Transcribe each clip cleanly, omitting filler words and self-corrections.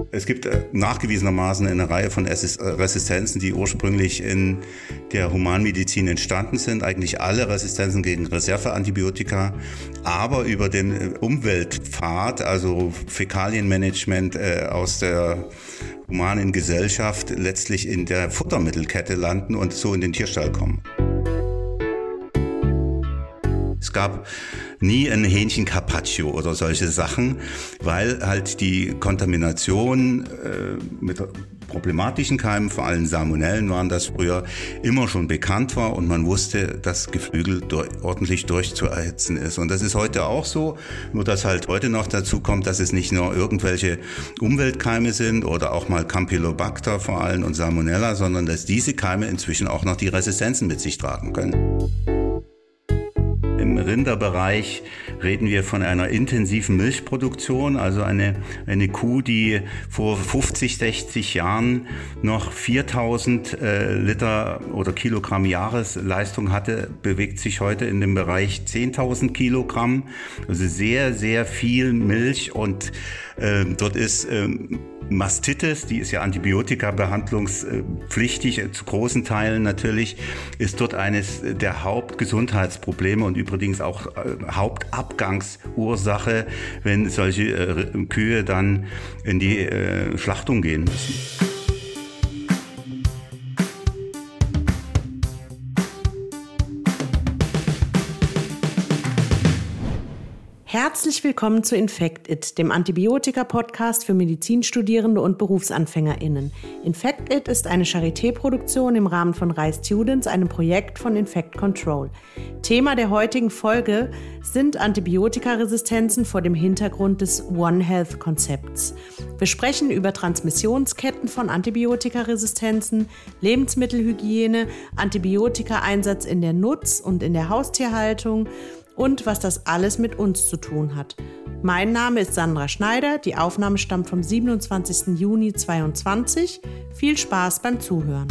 Es gibt nachgewiesenermaßen eine Reihe von Resistenzen, die ursprünglich in der Humanmedizin entstanden sind. Eigentlich alle Resistenzen gegen Reserveantibiotika, aber über den Umweltpfad, also Fäkalienmanagement aus der humanen Gesellschaft, letztlich in der Futtermittelkette landen und so in den Tierstall kommen. Es gab nie ein Hähnchen Carpaccio oder solche Sachen, weil halt die Kontamination mit problematischen Keimen, vor allem Salmonellen waren das früher, immer schon bekannt war und man wusste, dass Geflügel ordentlich durchzuerhitzen ist. Und das ist heute auch so, nur dass halt heute noch dazu kommt, dass es nicht nur irgendwelche Umweltkeime sind oder auch mal Campylobacter vor allem und Salmonella, sondern dass diese Keime inzwischen auch noch die Resistenzen mit sich tragen können. Im Rinderbereich reden wir von einer intensiven Milchproduktion, also eine Kuh, die vor 50, 60 Jahren noch 4000 Liter oder Kilogramm Jahresleistung hatte, bewegt sich heute in dem Bereich 10.000 Kilogramm. Also sehr, sehr viel Milch und dort ist Mastitis, die ist ja antibiotikabehandlungspflichtig, zu großen Teilen natürlich, ist dort eines der Hauptgesundheitsprobleme und übrigens auch Hauptabgangsursache, wenn solche Kühe dann in die Schlachtung gehen müssen. Herzlich willkommen zu Infect It, dem Antibiotika-Podcast für Medizinstudierende und BerufsanfängerInnen. Infect It ist eine Charité-Produktion im Rahmen von RAI Students, einem Projekt von Infect Control. Thema der heutigen Folge sind Antibiotikaresistenzen vor dem Hintergrund des One Health-Konzepts. Wir sprechen über Transmissionsketten von Antibiotikaresistenzen, Lebensmittelhygiene, Antibiotika-Einsatz in der Nutz- und in der Haustierhaltung und was das alles mit uns zu tun hat. Mein Name ist Sandra Schneider, die Aufnahme stammt vom 27. Juni 2022. Viel Spaß beim Zuhören.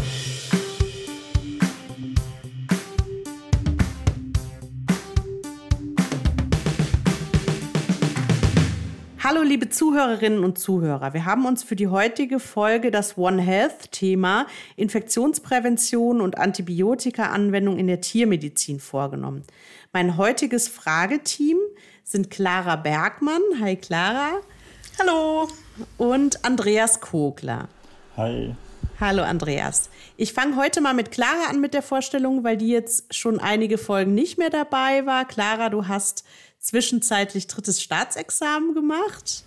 Hallo liebe Zuhörerinnen und Zuhörer, wir haben uns für die heutige Folge das One Health-Thema Infektionsprävention und Antibiotika-Anwendung in der Tiermedizin vorgenommen. Mein heutiges Frageteam sind Clara Bergmann. Hi Clara. Hallo. Und Andreas Kogler. Hi. Hallo Andreas. Ich fange heute mal mit Clara an mit der Vorstellung, weil die jetzt schon einige Folgen nicht mehr dabei war. Clara, du hast zwischenzeitlich 3. Staatsexamen gemacht.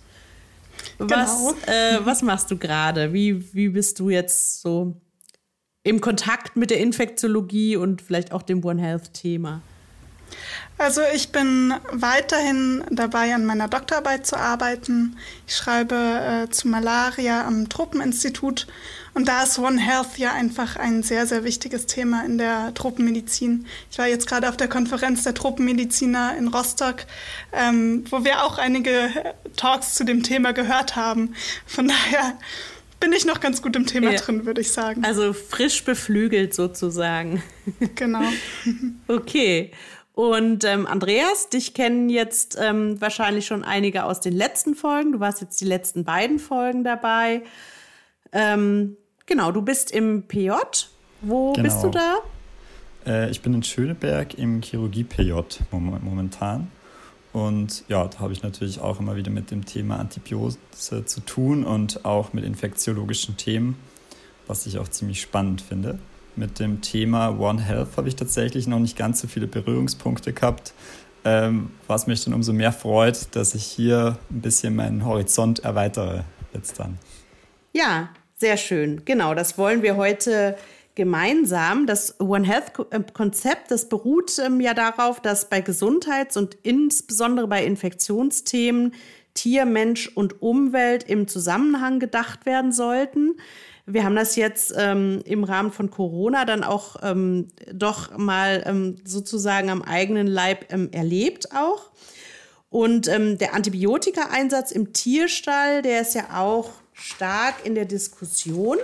Genau. Was machst du gerade? Wie bist du jetzt so im Kontakt mit der Infektiologie und vielleicht auch dem One Health-Thema? Also ich bin weiterhin dabei, an meiner Doktorarbeit zu arbeiten. Ich schreibe zu Malaria am Tropeninstitut und da ist One Health ja einfach ein sehr, sehr wichtiges Thema in der Tropenmedizin. Ich war jetzt gerade auf der Konferenz der Tropenmediziner in Rostock, wo wir auch einige Talks zu dem Thema gehört haben. Von daher bin ich noch ganz gut im Thema drin, würde ich sagen. Also frisch beflügelt sozusagen. Genau. Okay. Und Andreas, dich kennen jetzt wahrscheinlich schon einige aus den letzten Folgen. Du warst jetzt die letzten beiden Folgen dabei. Genau, du bist im PJ. Wo bist du da? Ich bin in Schöneberg im Chirurgie-PJ momentan. Und ja, da habe ich natürlich auch immer wieder mit dem Thema Antibiose zu tun und auch mit infektiologischen Themen, was ich auch ziemlich spannend finde. Mit dem Thema One Health habe ich tatsächlich noch nicht ganz so viele Berührungspunkte gehabt, was mich dann umso mehr freut, dass ich hier ein bisschen meinen Horizont erweitere jetzt dann. Ja, sehr schön. Genau, das wollen wir heute gemeinsam. Das One Health-Konzept, das beruht ja darauf, dass bei Gesundheits- und insbesondere bei Infektionsthemen Tier, Mensch und Umwelt im Zusammenhang gedacht werden sollten. Wir haben das jetzt im Rahmen von Corona dann auch doch mal sozusagen am eigenen Leib erlebt auch. Und der Antibiotika-Einsatz im Tierstall, der ist ja auch stark in der Diskussion.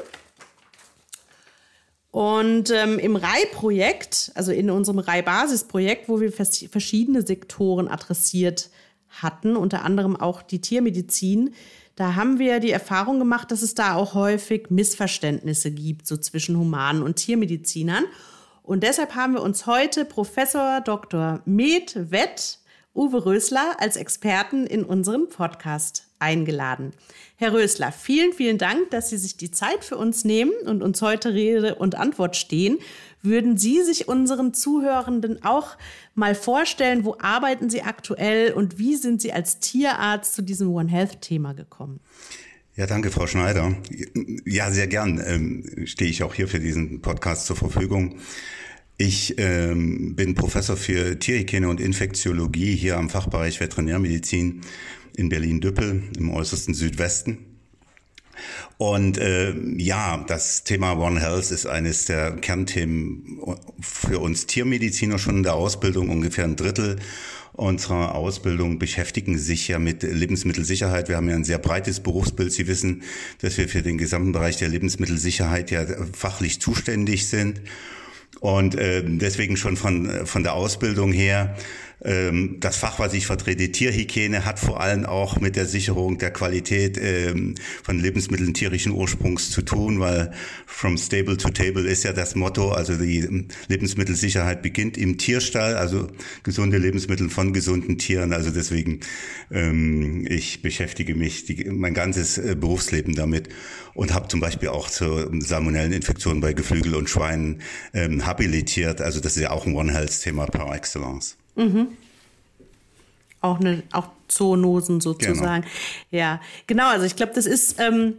Und im RAI-Projekt, also in unserem RAI-Basisprojekt, wo wir verschiedene Sektoren adressiert hatten, unter anderem auch die Tiermedizin, da haben wir die Erfahrung gemacht, dass es da auch häufig Missverständnisse gibt, so zwischen Human- und Tiermedizinern. Und deshalb haben wir uns heute Professor Dr. Med. Vet. Uwe Rösler als Experten in unseren Podcast eingeladen. Herr Rösler, vielen, vielen Dank, dass Sie sich die Zeit für uns nehmen und uns heute Rede und Antwort stehen. Würden Sie sich unseren Zuhörenden auch mal vorstellen, wo arbeiten Sie aktuell und wie sind Sie als Tierarzt zu diesem One Health-Thema gekommen? Ja, danke, Frau Schneider. Ja, sehr gern stehe ich auch hier für diesen Podcast zur Verfügung. Ich bin Professor für Tierhygiene und Infektiologie hier am Fachbereich Veterinärmedizin in Berlin-Düppel im äußersten Südwesten. Und das Thema One Health ist eines der Kernthemen für uns Tiermediziner schon in der Ausbildung. Ungefähr ein Drittel unserer Ausbildung beschäftigen sich ja mit Lebensmittelsicherheit. Wir haben ja ein sehr breites Berufsbild. Sie wissen, dass wir für den gesamten Bereich der Lebensmittelsicherheit ja fachlich zuständig sind. Und deswegen schon von der Ausbildung her, das Fach, was ich vertrete, Tierhygiene, hat vor allem auch mit der Sicherung der Qualität von Lebensmitteln tierischen Ursprungs zu tun, weil from stable to table ist ja das Motto, also die Lebensmittelsicherheit beginnt im Tierstall, also gesunde Lebensmittel von gesunden Tieren. Also deswegen, ich beschäftige mich mein ganzes Berufsleben damit und habe zum Beispiel auch zur Salmonelleninfektionen bei Geflügel und Schweinen habilitiert. Also das ist ja auch ein One Health-Thema par excellence. Mhm. Auch Zoonosen sozusagen. Genau. Ja, genau. Also ich glaube, das ist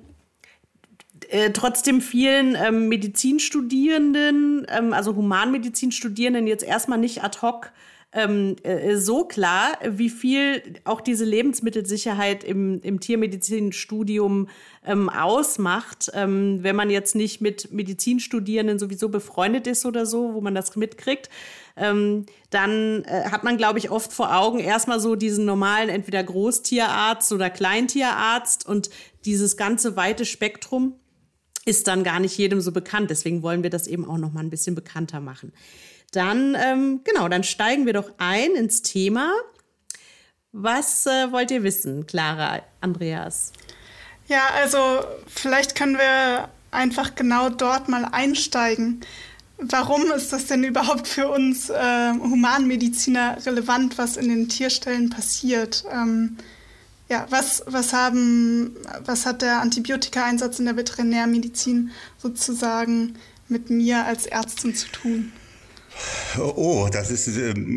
trotzdem vielen Medizinstudierenden, also Humanmedizinstudierenden jetzt erstmal nicht ad hoc so klar, wie viel auch diese Lebensmittelsicherheit im Tiermedizinstudium ausmacht, wenn man jetzt nicht mit Medizinstudierenden sowieso befreundet ist oder so, wo man das mitkriegt. Dann hat man, glaube ich, oft vor Augen erstmal so diesen normalen entweder Großtierarzt oder Kleintierarzt und dieses ganze weite Spektrum ist dann gar nicht jedem so bekannt. Deswegen wollen wir das eben auch noch mal ein bisschen bekannter machen. Dann, dann steigen wir doch ein ins Thema. Was wollt ihr wissen, Clara, Andreas? Ja, also vielleicht können wir einfach genau dort mal einsteigen. Warum ist das denn überhaupt für uns Humanmediziner relevant, was in den Tierstellen passiert? Was hat der Antibiotika-Einsatz in der Veterinärmedizin sozusagen mit mir als Ärztin zu tun? Oh, das ist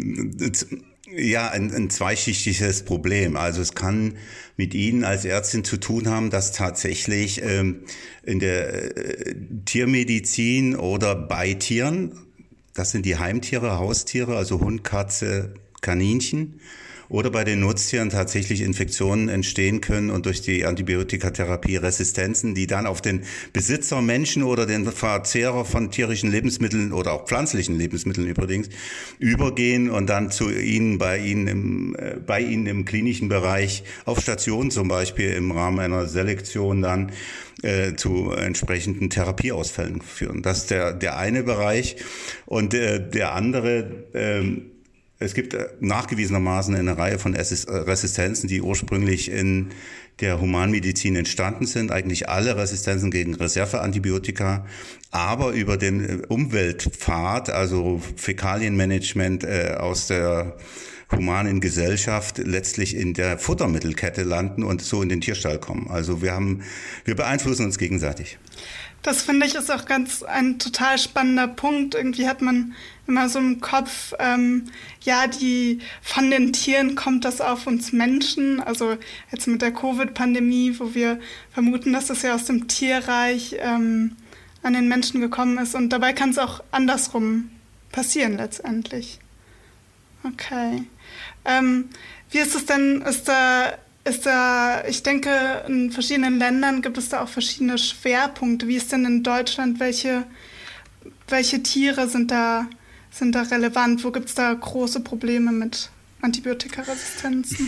ein zweischichtiges Problem. Also es kann mit Ihnen als Ärztin zu tun haben, dass tatsächlich in der Tiermedizin oder bei Tieren, das sind die Heimtiere, Haustiere, also Hund, Katze, Kaninchen, oder bei den Nutztieren tatsächlich Infektionen entstehen können und durch die Antibiotikatherapie Resistenzen, die dann auf den Besitzer, Menschen oder den Verzehrer von tierischen Lebensmitteln oder auch pflanzlichen Lebensmitteln übrigens übergehen und dann bei Ihnen im klinischen Bereich auf Station zum Beispiel im Rahmen einer Selektion dann zu entsprechenden Therapieausfällen führen. Das ist der eine Bereich. Und der andere, es gibt nachgewiesenermaßen eine Reihe von Resistenzen, die ursprünglich in der Humanmedizin entstanden sind. Eigentlich alle Resistenzen gegen Reserveantibiotika, aber über den Umweltpfad, also Fäkalienmanagement aus der humanen Gesellschaft letztlich in der Futtermittelkette landen und so in den Tierstall kommen. Also wir beeinflussen uns gegenseitig. Das finde ich ist auch ein total spannender Punkt. Irgendwie hat man immer so im Kopf, von den Tieren kommt das auf uns Menschen. Also jetzt mit der Covid-Pandemie, wo wir vermuten, dass das ja aus dem Tierreich an den Menschen gekommen ist. Und dabei kann es auch andersrum passieren letztendlich. Okay. Wie ist es denn, ich denke, in verschiedenen Ländern gibt es da auch verschiedene Schwerpunkte. Wie ist denn in Deutschland, welche Tiere sind da relevant? Wo gibt es da große Probleme mit Antibiotikaresistenzen?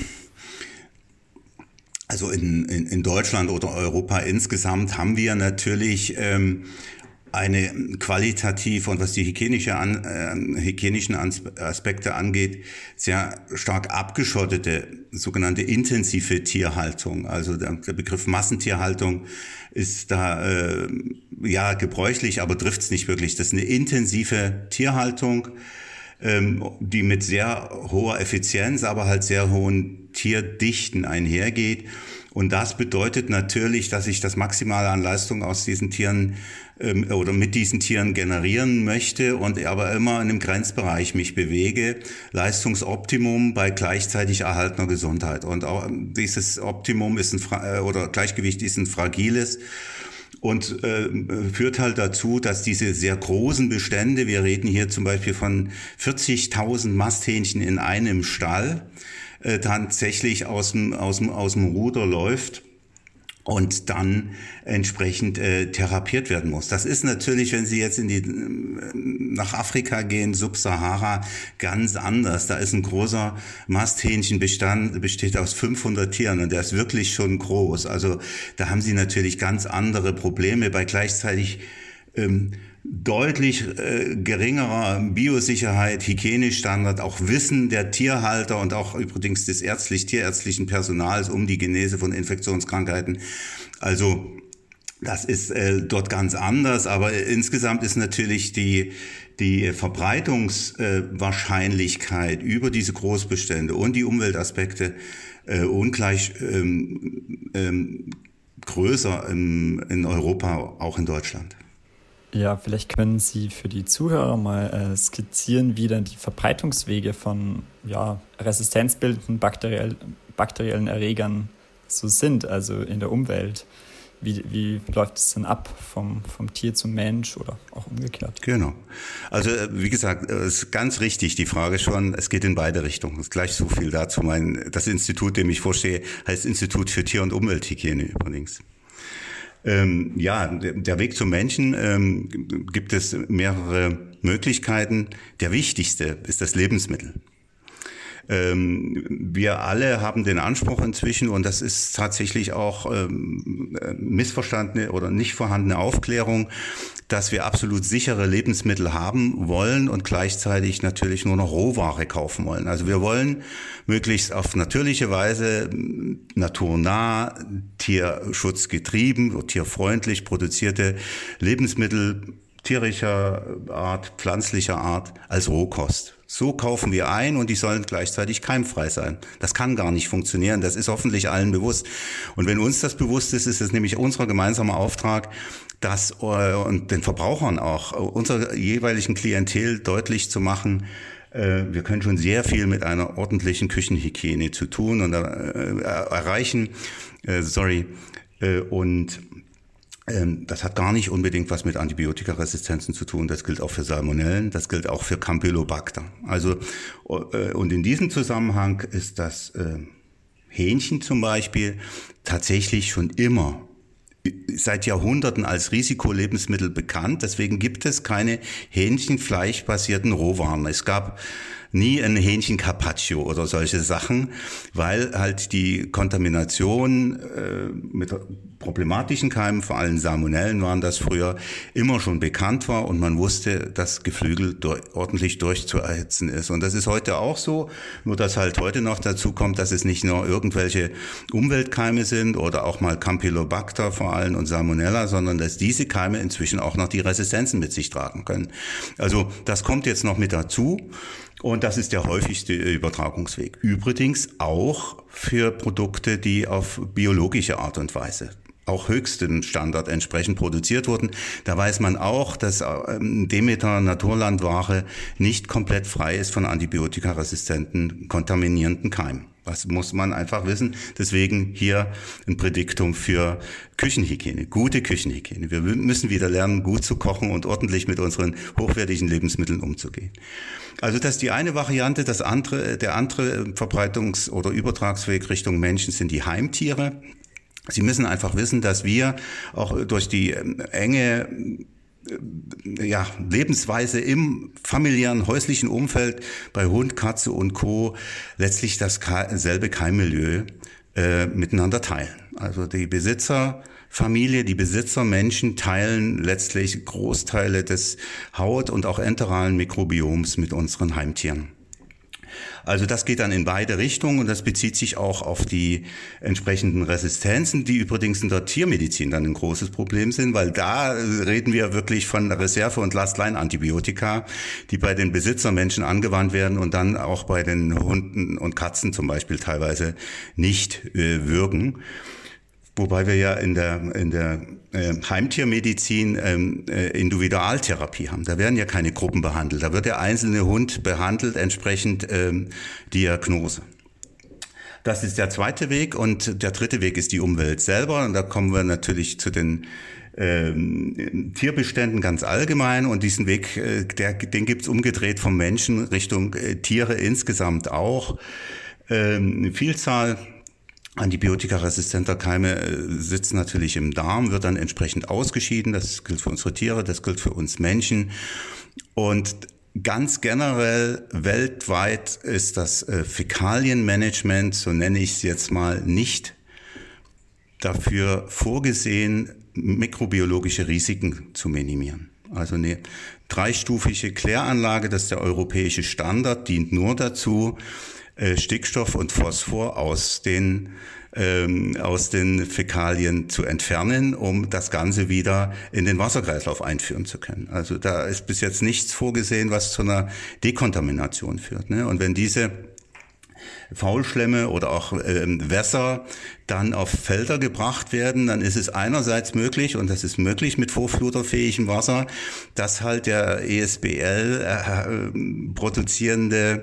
Also in Deutschland oder Europa insgesamt haben wir natürlich eine qualitativ und was die hygienischen Aspekte angeht, sehr stark abgeschottete, sogenannte intensive Tierhaltung. Also der Begriff Massentierhaltung ist da gebräuchlich, aber trifft es nicht wirklich. Das ist eine intensive Tierhaltung, die mit sehr hoher Effizienz, aber halt sehr hohen Tierdichten einhergeht. Und das bedeutet natürlich, dass ich das Maximale an Leistung aus diesen Tieren oder mit diesen Tieren generieren möchte und aber immer in einem Grenzbereich mich bewege. Leistungsoptimum bei gleichzeitig erhaltener Gesundheit. Und auch dieses Optimum ist Gleichgewicht ist ein fragiles. Und führt halt dazu, dass diese sehr großen Bestände, wir reden hier zum Beispiel von 40.000 Masthähnchen in einem Stall, tatsächlich aus dem Ruder läuft und dann entsprechend therapiert werden muss. Das ist natürlich, wenn Sie jetzt nach Afrika gehen, Subsahara, ganz anders. Da ist ein großer Masthähnchenbestand, besteht aus 500 Tieren und der ist wirklich schon groß. Also da haben Sie natürlich ganz andere Probleme bei gleichzeitig deutlich geringerer Biosicherheit, Hygienestandard, auch Wissen der Tierhalter und auch übrigens des tierärztlichen Personals um die Genese von Infektionskrankheiten. Also das ist dort ganz anders, aber insgesamt ist natürlich die Verbreitungswahrscheinlichkeit über diese Großbestände und die Umweltaspekte ungleich größer in Europa, auch in Deutschland. Ja, vielleicht können Sie für die Zuhörer mal skizzieren, wie dann die Verbreitungswege von resistenzbildenden bakteriellen Erregern so sind, also in der Umwelt. Wie läuft es denn ab vom Tier zum Mensch oder auch umgekehrt? Genau. Also wie gesagt, es ist ganz richtig die Frage schon, es geht in beide Richtungen. Das ist gleich so viel dazu. Das Institut, dem ich vorstehe, heißt Institut für Tier- und Umwelthygiene übrigens. Der Weg zum Menschen gibt es mehrere Möglichkeiten. Der wichtigste ist das Lebensmittel. Wir alle haben den Anspruch inzwischen, und das ist tatsächlich auch missverstandene oder nicht vorhandene Aufklärung, dass wir absolut sichere Lebensmittel haben wollen und gleichzeitig natürlich nur noch Rohware kaufen wollen. Also wir wollen möglichst auf natürliche Weise, naturnah, tierschutzgetrieben, tierfreundlich produzierte Lebensmittel tierischer Art, pflanzlicher Art als Rohkost. So kaufen wir ein und die sollen gleichzeitig keimfrei sein. Das kann gar nicht funktionieren, das ist hoffentlich allen bewusst. Und wenn uns das bewusst ist, ist es nämlich unser gemeinsamer Auftrag, das und den Verbrauchern auch, unserer jeweiligen Klientel deutlich zu machen, wir können schon sehr viel mit einer ordentlichen Küchenhygiene zu tun und erreichen. Das hat gar nicht unbedingt was mit Antibiotikaresistenzen zu tun. Das gilt auch für Salmonellen, das gilt auch für Campylobacter. Also, und in diesem Zusammenhang ist das Hähnchen zum Beispiel tatsächlich schon immer seit Jahrhunderten als Risikolebensmittel bekannt. Deswegen gibt es keine hähnchenfleischbasierten Rohwaren. Es gab nie ein Hähnchen Carpaccio oder solche Sachen, weil halt die Kontamination mit problematischen Keimen, vor allem Salmonellen waren das früher, immer schon bekannt war und man wusste, dass Geflügel ordentlich durchzuerhitzen ist. Und das ist heute auch so, nur dass halt heute noch dazu kommt, dass es nicht nur irgendwelche Umweltkeime sind oder auch mal Campylobacter vor allem und Salmonella, sondern dass diese Keime inzwischen auch noch die Resistenzen mit sich tragen können. Also das kommt jetzt noch mit dazu. Und das ist der häufigste Übertragungsweg. Übrigens auch für Produkte, die auf biologische Art und Weise auch höchstem Standard entsprechend produziert wurden. Da weiß man auch, dass Demeter Naturlandware nicht komplett frei ist von antibiotikaresistenten, kontaminierenden Keimen. Das muss man einfach wissen. Deswegen hier ein Prädiktum für Küchenhygiene, gute Küchenhygiene. Wir müssen wieder lernen, gut zu kochen und ordentlich mit unseren hochwertigen Lebensmitteln umzugehen. Also das ist die eine Variante. Der andere Verbreitungs- oder Übertragsweg Richtung Menschen sind die Heimtiere. Sie müssen einfach wissen, dass wir auch durch die enge Lebensweise im familiären, häuslichen Umfeld bei Hund, Katze und Co. letztlich dasselbe Keimmilieu miteinander teilen. Also die Besitzerfamilie, die Besitzermenschen teilen letztlich Großteile des Haut- und auch enteralen Mikrobioms mit unseren Heimtieren. Also das geht dann in beide Richtungen und das bezieht sich auch auf die entsprechenden Resistenzen, die übrigens in der Tiermedizin dann ein großes Problem sind, weil da reden wir wirklich von Reserve- und Last-Line-Antibiotika, die bei den Besitzermenschen angewandt werden und dann auch bei den Hunden und Katzen zum Beispiel teilweise nicht wirken. Wobei wir ja in der Heimtiermedizin Individualtherapie haben. Da werden ja keine Gruppen behandelt. Da wird der einzelne Hund behandelt, entsprechend Diagnose. Das ist der zweite Weg. Und der dritte Weg ist die Umwelt selber. Und da kommen wir natürlich zu den Tierbeständen ganz allgemein. Und diesen Weg, den gibt's umgedreht vom Menschen Richtung Tiere insgesamt auch. Eine Vielzahl antibiotikaresistenter Keime sitzen natürlich im Darm, wird dann entsprechend ausgeschieden. Das gilt für unsere Tiere, das gilt für uns Menschen. Und ganz generell weltweit ist das Fäkalienmanagement, so nenne ich es jetzt mal, nicht dafür vorgesehen, mikrobiologische Risiken zu minimieren. Also eine dreistufige Kläranlage, das ist der europäische Standard, dient nur dazu, Stickstoff und Phosphor aus den Fäkalien zu entfernen, um das Ganze wieder in den Wasserkreislauf einführen zu können. Also da ist bis jetzt nichts vorgesehen, was zu einer Dekontamination führt. Ne? Und wenn diese Faulschlämme oder auch Wässer dann auf Felder gebracht werden, dann ist es einerseits möglich, und das ist möglich mit vorfluterfähigem Wasser, dass halt der ESBL produzierende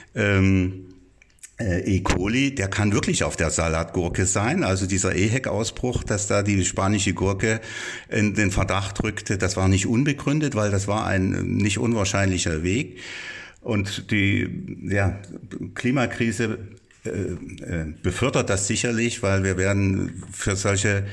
E. coli, der kann wirklich auf der Salatgurke sein. Also dieser EHEC-Ausbruch, dass da die spanische Gurke in den Verdacht rückte, das war nicht unbegründet, weil das war ein nicht unwahrscheinlicher Weg. Und die Klimakrise befördert das sicherlich, weil wir werden für solche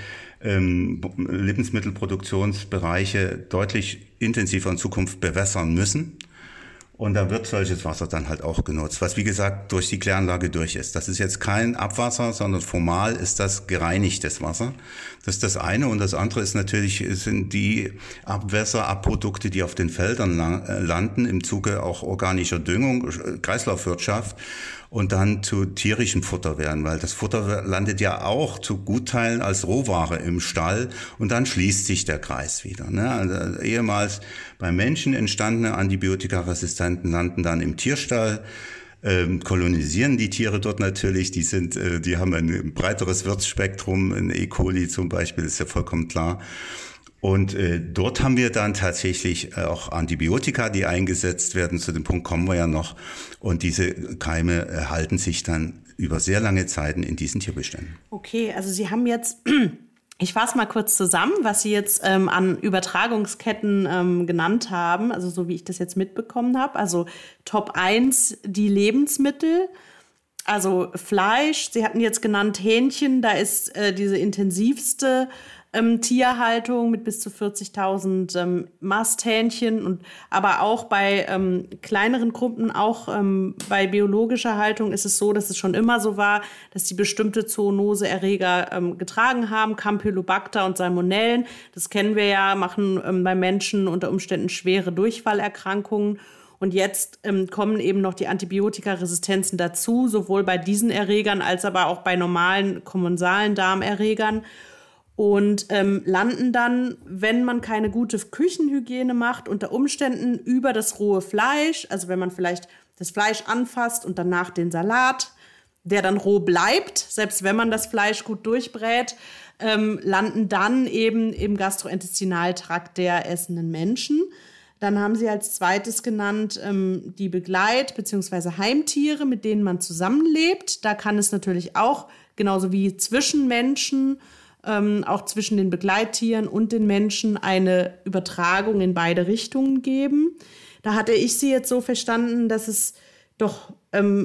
Lebensmittelproduktionsbereiche deutlich intensiver in Zukunft bewässern müssen. Und da wird solches Wasser dann halt auch genutzt, was wie gesagt durch die Kläranlage durch ist. Das ist jetzt kein Abwasser, sondern formal ist das gereinigtes Wasser. Das ist das eine. Und das andere ist natürlich, sind die Abwässer, Abprodukte, die auf den Feldern landen, im Zuge auch organischer Düngung, Kreislaufwirtschaft und dann zu tierischem Futter werden, weil das Futter landet ja auch zu Gutteilen als Rohware im Stall und dann schließt sich der Kreis wieder. Ne? Also ehemals beim Menschen entstandene Antibiotikaresistenten landen dann im Tierstall, kolonisieren die Tiere dort natürlich, die haben ein breiteres Wirtsspektrum, ein E. coli zum Beispiel, ist ja vollkommen klar. Und dort haben wir dann tatsächlich auch Antibiotika, die eingesetzt werden. Zu dem Punkt kommen wir ja noch. Und diese Keime halten sich dann über sehr lange Zeiten in diesen Tierbeständen. Okay, also Sie haben jetzt, ich fasse mal kurz zusammen, was Sie jetzt an Übertragungsketten genannt haben, also so wie ich das jetzt mitbekommen habe. Also Top 1 die Lebensmittel, also Fleisch. Sie hatten jetzt genannt Hähnchen, da ist diese intensivste Tierhaltung mit bis zu 40.000 Masthähnchen und aber auch bei kleineren Gruppen, auch bei biologischer Haltung ist es so, dass es schon immer so war, dass die bestimmte Zoonoseerreger getragen haben, Campylobacter und Salmonellen. Das kennen wir ja, machen bei Menschen unter Umständen schwere Durchfallerkrankungen. Und jetzt kommen eben noch die Antibiotikaresistenzen dazu, sowohl bei diesen Erregern als aber auch bei normalen kommensalen Darmerregern. Und landen dann, wenn man keine gute Küchenhygiene macht, unter Umständen über das rohe Fleisch. Also wenn man vielleicht das Fleisch anfasst und danach den Salat, der dann roh bleibt, selbst wenn man das Fleisch gut durchbrät, landen dann eben im Gastrointestinaltrakt der essenden Menschen. Dann haben Sie als zweites genannt die Begleit- bzw. Heimtiere, mit denen man zusammenlebt. Da kann es natürlich auch, genauso wie zwischen Menschen, auch zwischen den Begleittieren und den Menschen eine Übertragung in beide Richtungen geben. Da hatte ich Sie jetzt so verstanden, dass es doch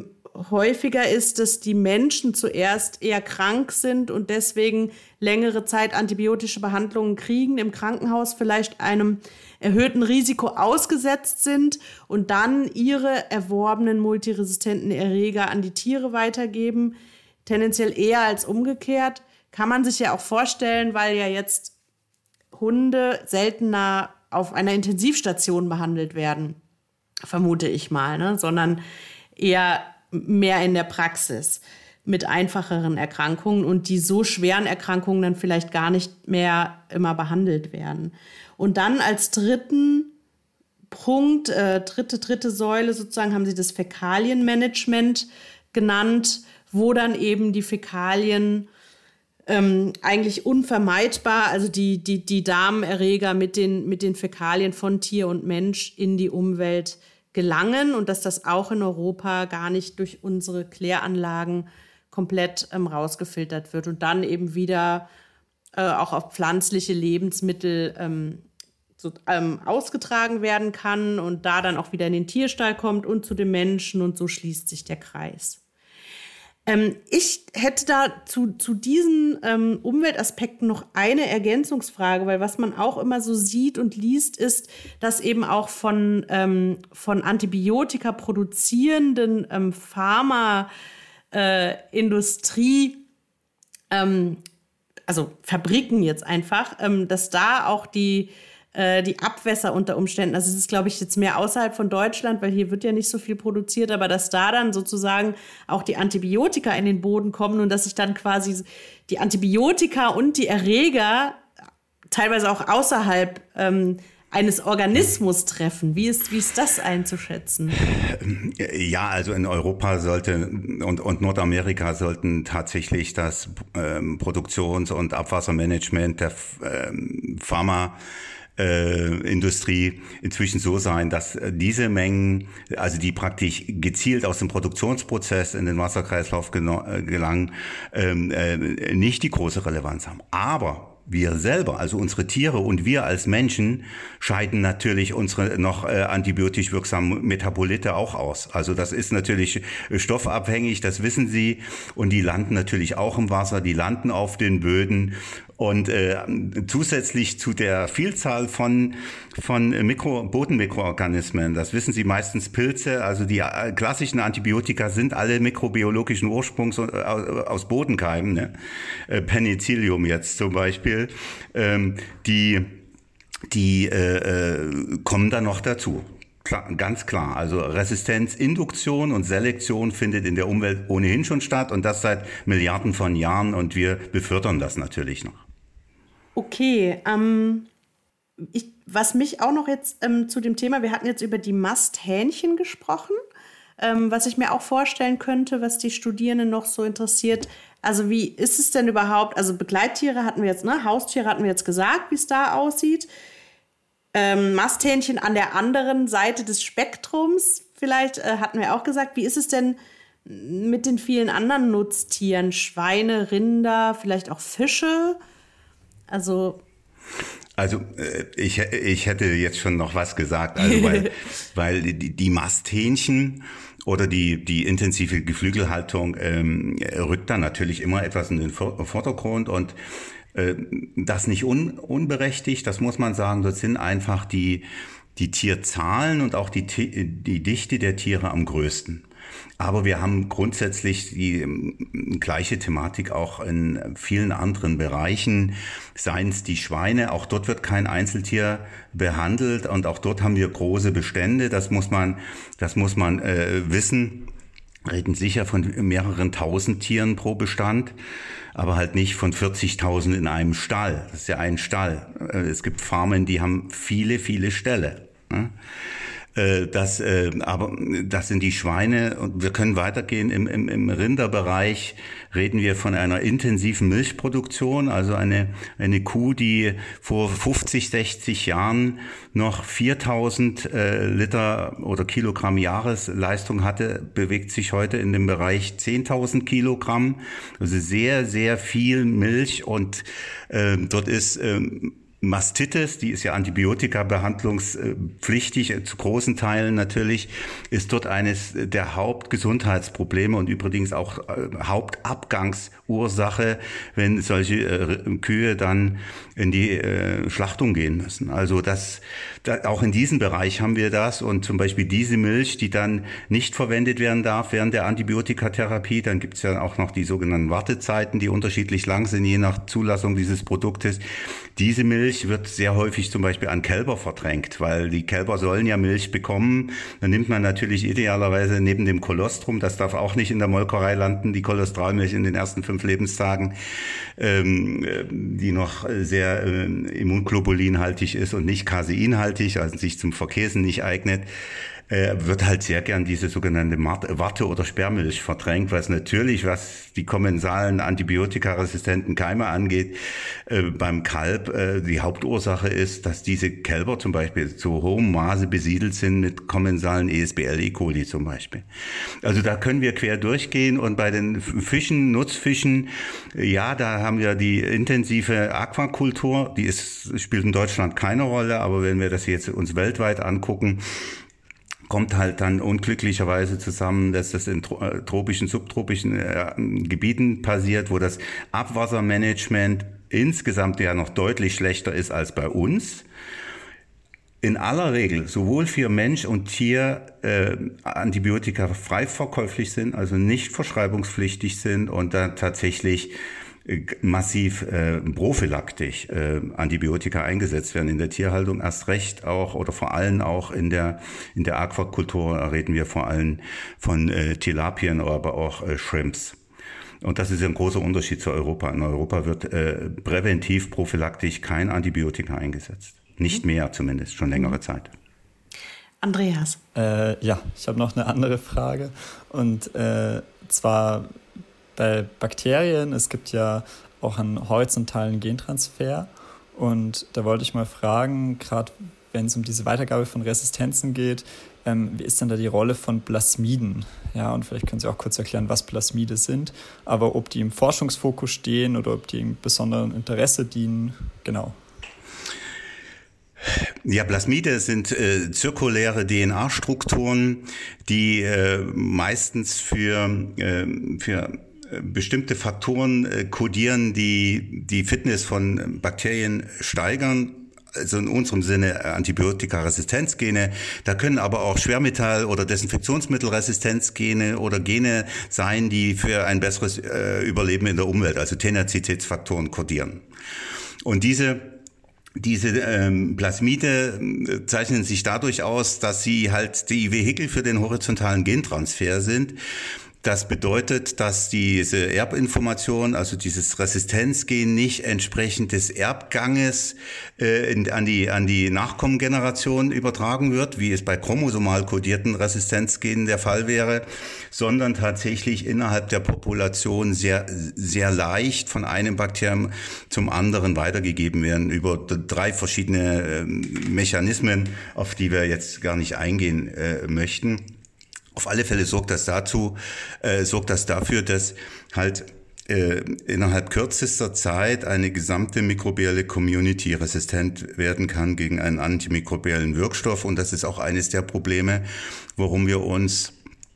häufiger ist, dass die Menschen zuerst eher krank sind und deswegen längere Zeit antibiotische Behandlungen kriegen, im Krankenhaus vielleicht einem erhöhten Risiko ausgesetzt sind und dann ihre erworbenen multiresistenten Erreger an die Tiere weitergeben, tendenziell eher als umgekehrt. kann man sich ja auch vorstellen, weil ja jetzt Hunde seltener auf einer Intensivstation behandelt werden, vermute ich mal, ne? Sondern eher mehr in der Praxis mit einfacheren Erkrankungen und die so schweren Erkrankungen dann vielleicht gar nicht mehr immer behandelt werden. Und dann als dritten Punkt, dritte Säule sozusagen, haben sie das Fäkalienmanagement genannt, wo dann eben die Fäkalien eigentlich unvermeidbar, also die Darmerreger mit den Fäkalien von Tier und Mensch in die Umwelt gelangen und dass das auch in Europa gar nicht durch unsere Kläranlagen komplett rausgefiltert wird und dann eben wieder auch auf pflanzliche Lebensmittel ausgetragen werden kann und da dann auch wieder in den Tierstall kommt und zu den Menschen und so schließt sich der Kreis. Ich hätte da zu diesen Umweltaspekten noch eine Ergänzungsfrage, weil was man auch immer so sieht und liest, ist, dass eben auch von Antibiotika produzierenden Pharmaindustrie, also Fabriken jetzt einfach, dass da auch die Abwässer unter Umständen, also es ist, glaube ich, jetzt mehr außerhalb von Deutschland, weil hier wird ja nicht so viel produziert, aber dass da dann sozusagen auch die Antibiotika in den Boden kommen und dass sich dann quasi die Antibiotika und die Erreger teilweise auch außerhalb eines Organismus treffen. Wie ist das einzuschätzen? Ja, also in Europa sollte und Nordamerika sollten tatsächlich das Produktions- und Abwassermanagement der Pharmaindustrie inzwischen so sein, dass diese Mengen, also die praktisch gezielt aus dem Produktionsprozess in den Wasserkreislauf gelangen, nicht die große Relevanz haben. Aber wir selber, also unsere Tiere und wir als Menschen, scheiden natürlich unsere noch antibiotisch wirksamen Metabolite auch aus. Also das ist natürlich stoffabhängig, das wissen Sie. Und die landen natürlich auch im Wasser, die landen auf den Böden. Und zusätzlich zu der Vielzahl von Bodenmikroorganismen, das wissen Sie meistens Pilze, also die klassischen Antibiotika sind alle mikrobiologischen Ursprungs aus Bodenkeimen, ne? Penicillium jetzt zum Beispiel, die kommen dann noch dazu. Klar, ganz klar. Also Resistenz, Induktion und Selektion findet in der Umwelt ohnehin schon statt und das seit Milliarden von Jahren und wir befördern das natürlich noch. Okay, was mich auch noch jetzt zu dem Thema, wir hatten jetzt über die Masthähnchen gesprochen, was ich mir auch vorstellen könnte, was die Studierenden noch so interessiert. Also wie ist es denn überhaupt, also Begleittiere hatten wir jetzt, ne, Haustiere hatten wir jetzt gesagt, wie es da aussieht. Masthähnchen an der anderen Seite des Spektrums, vielleicht hatten wir auch gesagt, wie ist es denn mit den vielen anderen Nutztieren, Schweine, Rinder, vielleicht auch Fische? Also ich hätte jetzt schon noch was gesagt, also weil die Masthähnchen oder die intensive Geflügelhaltung rückt dann natürlich immer etwas in den Vordergrund und das nicht unberechtigt, das muss man sagen, das sind einfach die Tierzahlen und auch die Dichte der Tiere am größten. Aber wir haben grundsätzlich die gleiche Thematik auch in vielen anderen Bereichen, seien es die Schweine, auch dort wird kein Einzeltier behandelt und auch dort haben wir große Bestände, das muss man wissen, reden sicher von mehreren tausend Tieren pro Bestand, aber halt nicht von 40.000 in einem Stall, das ist ja ein Stall. Es gibt Farmen, die haben viele, viele Ställe, ne? Aber das sind die Schweine und wir können weitergehen. Im Rinderbereich reden wir von einer intensiven Milchproduktion, also eine Kuh, die vor 50, 60 Jahren noch 4.000 Liter oder Kilogramm Jahresleistung hatte, bewegt sich heute in dem Bereich 10.000 Kilogramm. Also sehr, sehr viel Milch und dort ist Mastitis, die ist ja antibiotikabehandlungspflichtig, zu großen Teilen natürlich, ist dort eines der Hauptgesundheitsprobleme und übrigens auch Hauptabgangsursache, wenn solche Kühe dann in die Schlachtung gehen müssen. Also auch in diesem Bereich haben wir das, und zum Beispiel diese Milch, die dann nicht verwendet werden darf während der Antibiotikatherapie, dann gibt es ja auch noch die sogenannten Wartezeiten, die unterschiedlich lang sind, je nach Zulassung dieses Produktes. Diese Milch wird sehr häufig zum Beispiel an Kälber verdrängt, weil die Kälber sollen ja Milch bekommen. Dann nimmt man natürlich idealerweise neben dem Kolostrum, das darf auch nicht in der Molkerei landen, die Kolostralmilch in den ersten 5 Lebenstagen, die noch sehr immunglobulinhaltig ist und nicht caseinhaltig, also sich zum Verkäsen nicht eignet, wird halt sehr gern diese sogenannte Warte- oder Sperrmilch verdrängt, was natürlich, was die kommensalen antibiotikaresistenten Keime angeht, beim Kalb die Hauptursache ist, dass diese Kälber zum Beispiel zu hohem Maße besiedelt sind mit kommensalen ESBL-E. coli zum Beispiel. Also da können wir quer durchgehen, und bei den Fischen, Nutzfischen, ja, da haben wir die intensive Aquakultur, spielt in Deutschland keine Rolle, aber wenn wir das jetzt uns weltweit angucken, kommt halt dann unglücklicherweise zusammen, dass das in tropischen, subtropischen Gebieten passiert, wo das Abwassermanagement insgesamt ja noch deutlich schlechter ist als bei uns. In aller Regel sowohl für Mensch und Tier Antibiotika frei verkäuflich sind, also nicht verschreibungspflichtig sind, und dann tatsächlich massiv prophylaktisch Antibiotika eingesetzt werden. In der Tierhaltung erst recht auch, oder vor allem auch in der Aquakultur reden wir vor allem von Tilapien, aber auch Shrimps. Und das ist ein großer Unterschied zu Europa. In Europa wird präventiv, prophylaktisch kein Antibiotika eingesetzt. Nicht mehr zumindest, schon längere Zeit. Andreas. Ja, ich habe noch eine andere Frage. Und zwar bei Bakterien, es gibt ja auch einen horizontalen Gentransfer, und da wollte ich mal fragen, gerade wenn es um diese Weitergabe von Resistenzen geht, wie ist denn da die Rolle von Plasmiden? Ja, und vielleicht können Sie auch kurz erklären, was Plasmide sind, aber ob die im Forschungsfokus stehen oder ob die im besonderen Interesse dienen, genau. Ja, Plasmide sind zirkuläre DNA-Strukturen, die meistens für bestimmte Faktoren kodieren, die Fitness von Bakterien steigern. Also in unserem Sinne Antibiotikaresistenzgene. Da können aber auch Schwermetall- oder Desinfektionsmittelresistenzgene oder Gene sein, die für ein besseres Überleben in der Umwelt, also Tenazitätsfaktoren, kodieren. Und diese Plasmide zeichnen sich dadurch aus, dass sie halt die Vehikel für den horizontalen Gentransfer sind. Das bedeutet, dass diese Erbinformation, also dieses Resistenzgen, nicht entsprechend des Erbganges an die Nachkommengeneration übertragen wird, wie es bei chromosomal kodierten Resistenzgenen der Fall wäre, sondern tatsächlich innerhalb der Population sehr, sehr leicht von einem Bakterium zum anderen weitergegeben werden über 3 verschiedene Mechanismen, auf die wir jetzt gar nicht eingehen möchten. Auf alle Fälle sorgt das dafür, dass halt innerhalb kürzester Zeit eine gesamte mikrobielle Community resistent werden kann gegen einen antimikrobiellen Wirkstoff. Und das ist auch eines der Probleme, worum wir uns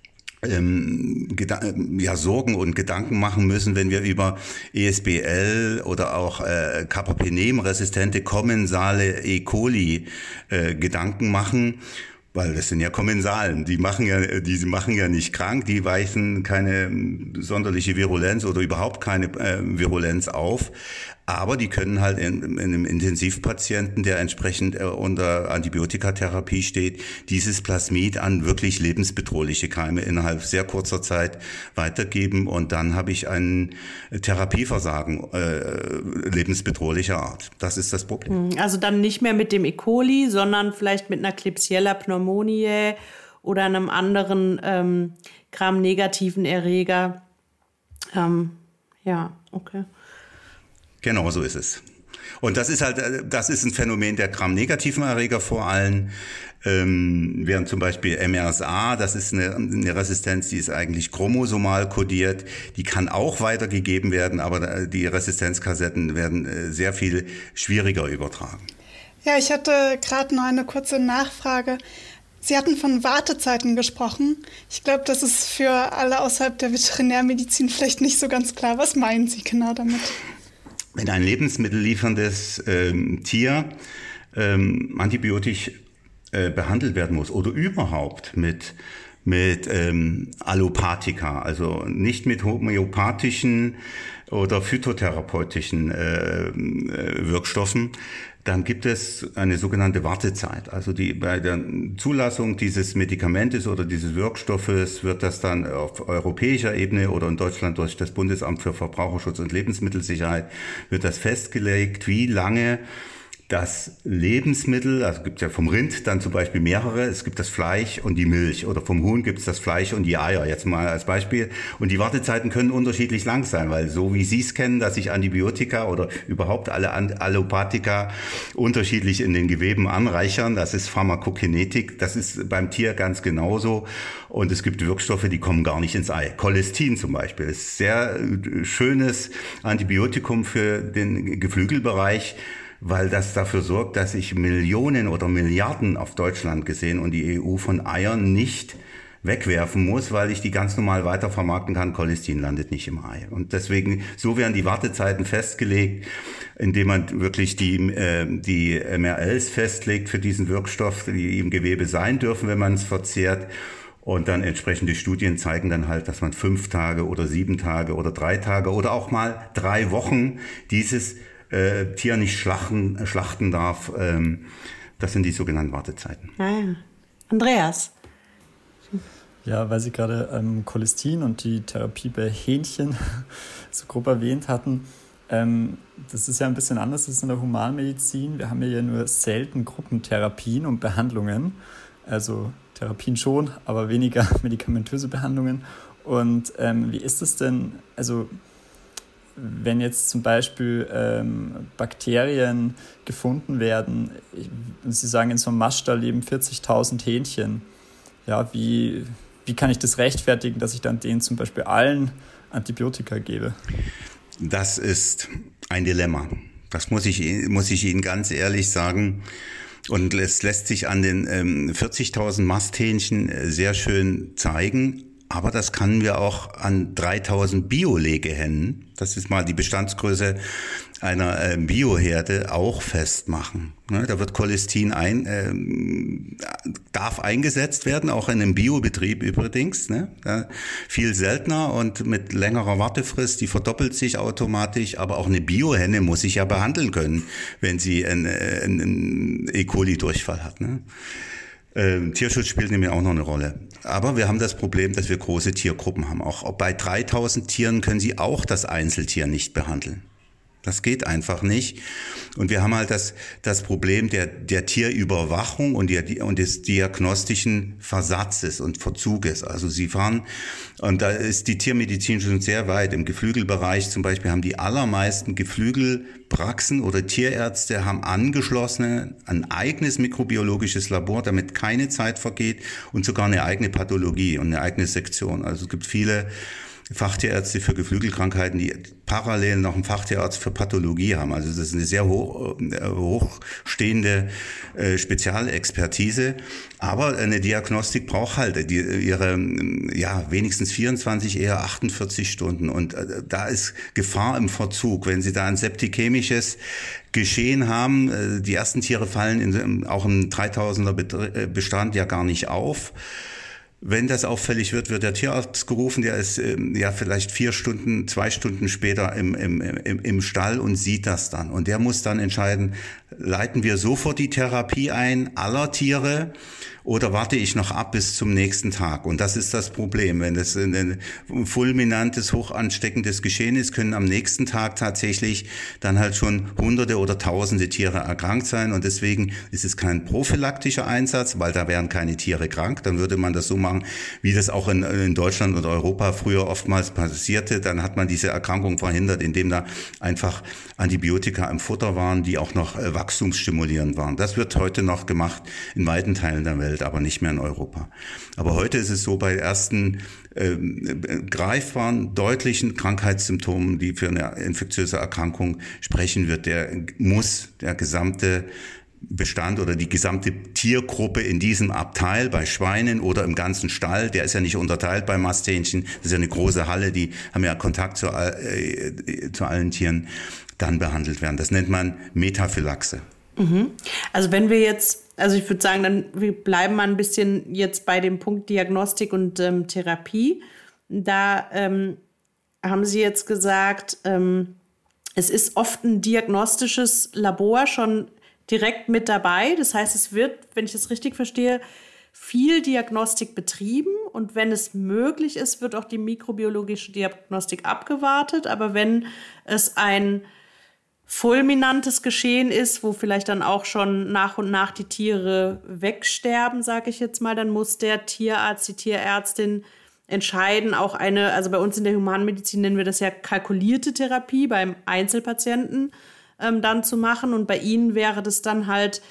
Sorgen und Gedanken machen müssen, wenn wir über ESBL oder auch Carbapenem-resistente kommensale E. coli Gedanken machen. Weil das sind ja Kommensalen, die machen ja nicht krank, die weisen keine sonderliche Virulenz oder überhaupt keine Virulenz auf, aber die können halt in einem Intensivpatienten, der entsprechend unter Antibiotikatherapie steht, dieses Plasmid an wirklich lebensbedrohliche Keime innerhalb sehr kurzer Zeit weitergeben, und dann habe ich ein Therapieversagen lebensbedrohlicher Art. Das ist das Problem. Also dann nicht mehr mit dem E. coli, sondern vielleicht mit einer Klebsiella pneumoniae oder einem anderen Gram-negativen Erreger. Ja, okay. Genau, so ist es. Und das ist ein Phänomen der gramnegativen Erreger vor allem. Während zum Beispiel MRSA, das ist eine Resistenz, die ist eigentlich chromosomal kodiert, die kann auch weitergegeben werden, aber die Resistenzkassetten werden sehr viel schwieriger übertragen. Ja, ich hatte gerade noch eine kurze Nachfrage. Sie hatten von Wartezeiten gesprochen. Ich glaube, das ist für alle außerhalb der Veterinärmedizin vielleicht nicht so ganz klar. Was meinen Sie genau damit? Wenn ein lebensmittellieferndes Tier antibiotisch behandelt werden muss oder überhaupt mit Allopathika, also nicht mit homöopathischen oder phytotherapeutischen Wirkstoffen, dann gibt es eine sogenannte Wartezeit. Also bei der Zulassung dieses Medikamentes oder dieses Wirkstoffes wird das dann auf europäischer Ebene oder in Deutschland durch das Bundesamt für Verbraucherschutz und Lebensmittelsicherheit wird das festgelegt, wie lange das Lebensmittel, also gibt es ja vom Rind dann zum Beispiel mehrere, es gibt das Fleisch und die Milch oder vom Huhn gibt es das Fleisch und die Eier, jetzt mal als Beispiel. Und die Wartezeiten können unterschiedlich lang sein, weil so wie Sie es kennen, dass sich Antibiotika oder überhaupt alle Allopathika unterschiedlich in den Geweben anreichern, das ist Pharmakokinetik, das ist beim Tier ganz genauso. Und es gibt Wirkstoffe, die kommen gar nicht ins Ei. Cholestin zum Beispiel ist sehr schönes Antibiotikum für den Geflügelbereich, weil das dafür sorgt, dass ich Millionen oder Milliarden auf Deutschland gesehen und die EU von Eiern nicht wegwerfen muss, weil ich die ganz normal weitervermarkten kann. Cholestin landet nicht im Ei. Und deswegen, so werden die Wartezeiten festgelegt, indem man wirklich die MRLs festlegt für diesen Wirkstoff, die im Gewebe sein dürfen, wenn man es verzehrt. Und dann entsprechende Studien zeigen dann halt, dass man 5 Tage oder 7 Tage oder 3 Tage oder auch mal 3 Wochen dieses Tier nicht schlachten darf. Das sind die sogenannten Wartezeiten. Ja. Andreas? Ja, weil Sie gerade Cholestin und die Therapie bei Hähnchen so grob erwähnt hatten. Das ist ja ein bisschen anders als in der Humanmedizin. Wir haben ja nur selten Gruppentherapien und Behandlungen. Also Therapien schon, aber weniger medikamentöse Behandlungen. Und wie ist es denn, also wenn jetzt zum Beispiel Bakterien gefunden werden, Sie sagen, in so einem Maststall leben 40.000 Hähnchen, ja, wie kann ich das rechtfertigen, dass ich dann denen zum Beispiel allen Antibiotika gebe? Das ist ein Dilemma. Das muss ich Ihnen ganz ehrlich sagen. Und es lässt sich an den 40.000 Masthähnchen sehr schön zeigen. Aber das können wir auch an 3.000 Bio-Legehennen, das ist mal die Bestandsgröße einer Bioherde, auch festmachen. Da wird Cholestin darf eingesetzt werden, auch in einem Biobetrieb übrigens. Viel seltener und mit längerer Wartefrist, die verdoppelt sich automatisch. Aber auch eine Biohenne muss sich ja behandeln können, wenn sie einen E. coli-Durchfall hat. Tierschutz spielt nämlich auch noch eine Rolle. Aber wir haben das Problem, dass wir große Tiergruppen haben. Auch bei 3.000 Tieren können Sie auch das Einzeltier nicht behandeln. Das geht einfach nicht. Und wir haben halt das Problem der Tierüberwachung und des diagnostischen Versatzes und Verzuges. Also und da ist die Tiermedizin schon sehr weit. Im Geflügelbereich zum Beispiel haben die allermeisten Geflügelpraxen oder Tierärzte haben angeschlossen ein eigenes mikrobiologisches Labor, damit keine Zeit vergeht und sogar eine eigene Pathologie und eine eigene Sektion. Also es gibt viele Fachtierärzte für Geflügelkrankheiten, die parallel noch einen Fachtierarzt für Pathologie haben. Also das ist eine sehr hochstehende Spezialexpertise. Aber eine Diagnostik braucht halt ihre wenigstens 24, eher 48 Stunden. Und da ist Gefahr im Verzug. Wenn Sie da ein septikämisches Geschehen haben, die ersten Tiere fallen auch im 3000er Bestand ja gar nicht auf. Wenn das auffällig wird der Tierarzt gerufen, der ist vielleicht 2 Stunden später im Stall und sieht das dann. Und der muss dann entscheiden, leiten wir sofort die Therapie ein aller Tiere oder warte ich noch ab bis zum nächsten Tag? Und das ist das Problem. Wenn das ein fulminantes, hochansteckendes Geschehen ist, können am nächsten Tag tatsächlich dann halt schon Hunderte oder Tausende Tiere erkrankt sein. Und deswegen ist es kein prophylaktischer Einsatz, weil da wären keine Tiere krank. Dann würde man das so machen, wie das auch in Deutschland und Europa früher oftmals passierte. Dann hat man diese Erkrankung verhindert, indem da einfach Antibiotika im Futter waren, die auch noch wachstumsstimulierend waren. Das wird heute noch gemacht in weiten Teilen der Welt, aber nicht mehr in Europa. Aber heute ist es so, bei ersten greifbaren, deutlichen Krankheitssymptomen, die für eine infektiöse Erkrankung sprechen, wird der gesamte Bestand oder die gesamte Tiergruppe in diesem Abteil, bei Schweinen oder im ganzen Stall, der ist ja nicht unterteilt bei Masthähnchen, das ist ja eine große Halle, die haben ja Kontakt zu allen Tieren, dann behandelt werden. Das nennt man Metaphylaxe. Also wenn wir jetzt, also ich würde sagen, dann wir bleiben mal ein bisschen jetzt bei dem Punkt Diagnostik und Therapie. Da haben Sie jetzt gesagt, es ist oft ein diagnostisches Labor schon direkt mit dabei. Das heißt, es wird, wenn ich das richtig verstehe, viel Diagnostik betrieben und wenn es möglich ist, wird auch die mikrobiologische Diagnostik abgewartet. Aber wenn es ein fulminantes Geschehen ist, wo vielleicht dann auch schon nach und nach die Tiere wegsterben, sage ich jetzt mal, dann muss der Tierarzt, die Tierärztin entscheiden, auch also bei uns in der Humanmedizin nennen wir das ja kalkulierte Therapie beim Einzelpatienten dann zu machen und bei Ihnen wäre das dann halt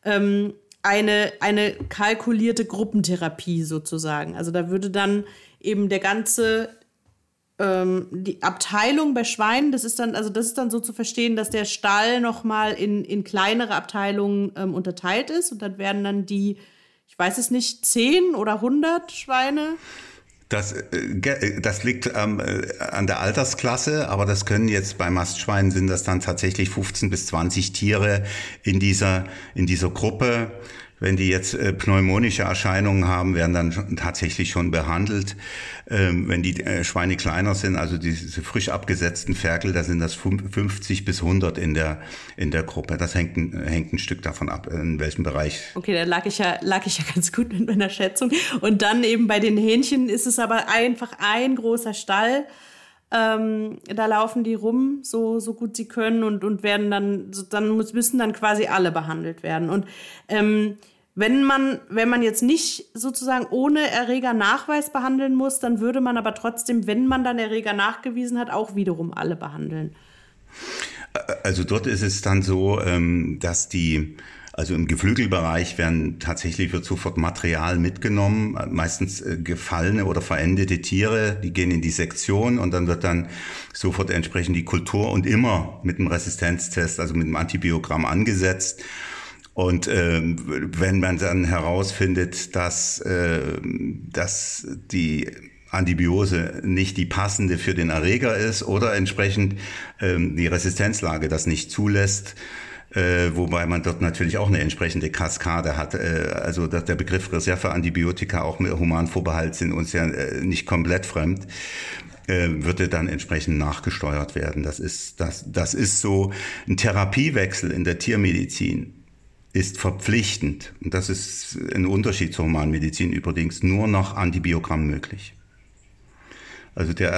eine kalkulierte Gruppentherapie sozusagen. Also da würde dann eben der ganze die Abteilung bei Schweinen, das ist dann so zu verstehen, dass der Stall nochmal in kleinere Abteilungen unterteilt ist und dann werden dann die, ich weiß es nicht, 10 oder 100 Schweine. Das liegt an der Altersklasse, aber das können jetzt bei Mastschweinen sind das dann tatsächlich 15 bis 20 Tiere in dieser Gruppe. Wenn die jetzt pneumonische Erscheinungen haben, werden dann tatsächlich schon behandelt. Wenn die Schweine kleiner sind, also diese frisch abgesetzten Ferkel, da sind das 50 bis 100 in der Gruppe. Das hängt ein Stück davon ab, in welchem Bereich. Okay, da lag ich ja ganz gut mit meiner Schätzung. Und dann eben bei den Hähnchen ist es aber einfach ein großer Stall. Da laufen die rum, so gut sie können und werden dann müssen dann quasi alle behandelt werden. Und wenn man jetzt nicht sozusagen ohne Erregernachweis behandeln muss, dann würde man aber trotzdem, wenn man dann Erreger nachgewiesen hat, auch wiederum alle behandeln. Also dort ist es dann so, dass also im Geflügelbereich wird sofort Material mitgenommen, meistens gefallene oder verendete Tiere, die gehen in die Sektion und dann wird dann sofort entsprechend die Kultur und immer mit einem Resistenztest, also mit einem Antibiogramm angesetzt. Und wenn man dann herausfindet, dass die Antibiose nicht die passende für den Erreger ist oder entsprechend die Resistenzlage das nicht zulässt, wobei man dort natürlich auch eine entsprechende Kaskade hat. Also der Begriff Reserveantibiotika auch mit Humanvorbehalt sind uns ja nicht komplett fremd. Würde dann entsprechend nachgesteuert werden. Das ist so ein Therapiewechsel in der Tiermedizin. Ist verpflichtend. Und das ist ein Unterschied zur Humanmedizin übrigens nur nach Antibiogramm möglich. Also die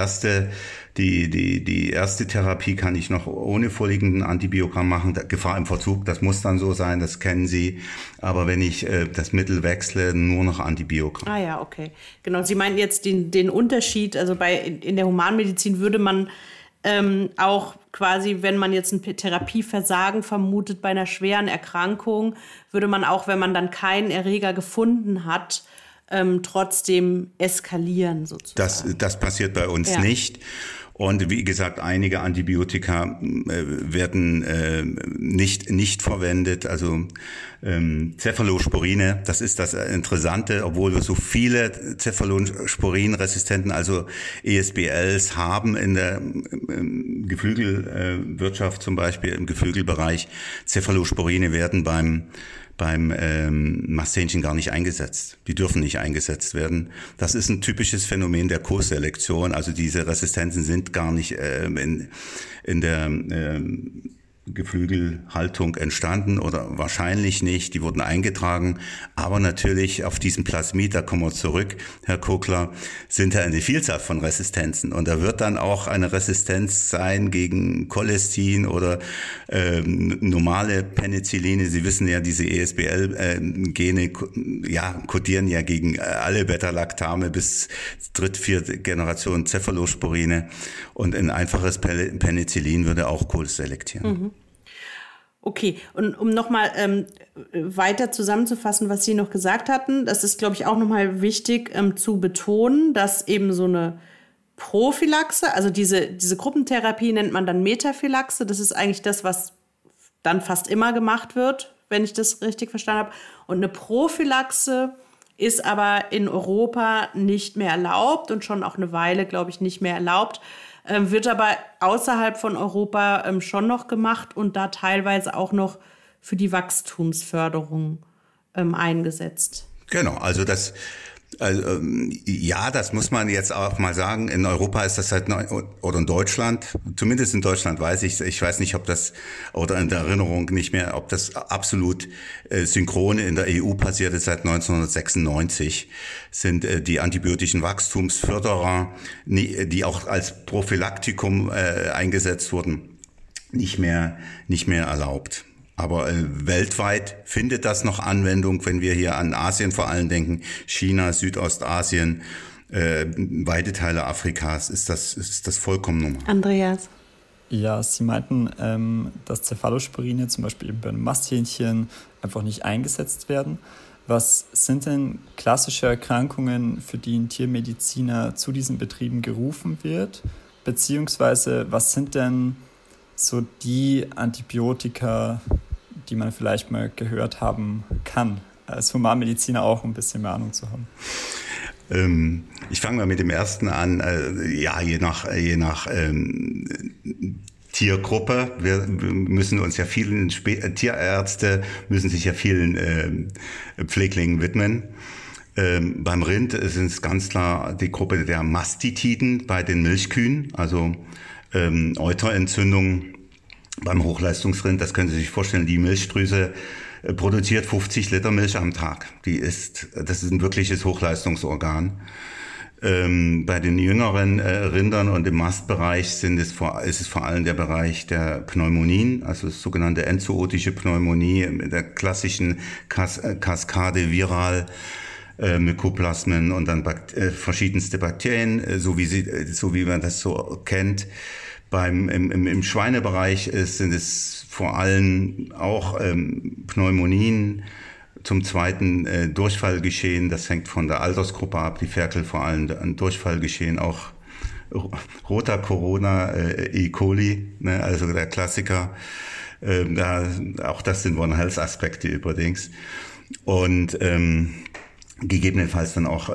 erste Therapie kann ich noch ohne vorliegenden Antibiogramm machen. Gefahr im Verzug, das muss dann so sein, das kennen Sie. Aber wenn ich das Mittel wechsle, nur noch Antibiogramm. Ah ja, okay. Genau, Sie meinten jetzt den Unterschied, also in der Humanmedizin würde man auch quasi, wenn man jetzt ein Therapieversagen vermutet bei einer schweren Erkrankung, würde man auch, wenn man dann keinen Erreger gefunden hat, trotzdem eskalieren sozusagen. Das passiert bei uns nicht. Und wie gesagt, einige Antibiotika werden nicht verwendet. Also Cephalosporine, das ist das Interessante, obwohl wir so viele Cephalosporin-Resistenten, also ESBLs haben in der Geflügelwirtschaft zum Beispiel, im Geflügelbereich. Cephalosporine werden beim Masthähnchen gar nicht eingesetzt. Die dürfen nicht eingesetzt werden. Das ist ein typisches Phänomen der Co-Selektion. Also diese Resistenzen sind gar nicht in Geflügelhaltung entstanden oder wahrscheinlich nicht. Die wurden eingetragen. Aber natürlich auf diesem Plasmid, da kommen wir zurück, Herr Kokler, sind da eine Vielzahl von Resistenzen. Und da wird dann auch eine Resistenz sein gegen Cholestin oder normale Penicilline. Sie wissen ja, diese ESBL-Gene kodieren ja gegen alle Beta-Lactame bis dritte, vierte Generation Cephalosporine. Und ein einfaches Penicillin würde auch selektieren. Mhm. Okay, und um nochmal weiter zusammenzufassen, was Sie noch gesagt hatten, das ist, glaube ich, auch nochmal wichtig zu betonen, dass eben so eine Prophylaxe, also diese Gruppentherapie nennt man dann Metaphylaxe, das ist eigentlich das, was dann fast immer gemacht wird, wenn ich das richtig verstanden habe. Und eine Prophylaxe ist aber in Europa nicht mehr erlaubt und schon auch eine Weile, glaube ich, nicht mehr erlaubt. Wird aber außerhalb von Europa schon noch gemacht und da teilweise auch noch für die Wachstumsförderung eingesetzt. Genau, das muss man jetzt auch mal sagen. In Europa ist das oder in Deutschland, zumindest in Deutschland weiß ich weiß nicht, ob das, oder in der Erinnerung nicht mehr, ob das absolut synchron in der EU passiert ist. Seit 1996 sind die antibiotischen Wachstumsförderer, die auch als Prophylaktikum eingesetzt wurden, nicht mehr erlaubt. Aber weltweit findet das noch Anwendung, wenn wir hier an Asien vor allem denken, China, Südostasien, weite Teile Afrikas, ist das vollkommen normal. Andreas? Ja, Sie meinten, dass Cephalosporine zum Beispiel eben bei einem Masthähnchen einfach nicht eingesetzt werden. Was sind denn klassische Erkrankungen, für die ein Tiermediziner zu diesen Betrieben gerufen wird? Beziehungsweise was sind denn so die Antibiotika, die man vielleicht mal gehört haben kann, als Humanmediziner auch, um ein bisschen mehr Ahnung zu haben? Ich fange mal mit dem ersten an. Je nach Tiergruppe. Wir müssen uns ja Tierärzte müssen sich ja vielen Pfleglingen widmen. Beim Rind sind es ganz klar die Gruppe der Mastitiden bei den Milchkühen, also Euterentzündung beim Hochleistungsrind. Das können Sie sich vorstellen, die Milchdrüse produziert 50 Liter Milch am Tag. Das ist ein wirkliches Hochleistungsorgan. Bei den jüngeren Rindern und im Mastbereich ist es vor allem der Bereich der Pneumonien, also das sogenannte enzootische Pneumonie mit der klassischen Kaskade viral, Mykoplasmen und dann verschiedenste Bakterien, so wie man das so kennt. Im Schweinebereich sind es vor allem auch Pneumonien, zum zweiten Durchfallgeschehen, das hängt von der Altersgruppe ab, die Ferkel vor allem ein Durchfallgeschehen, auch roter Corona, E. coli, ne, also der Klassiker. Auch das sind One Health Aspekte übrigens. Und gegebenenfalls dann auch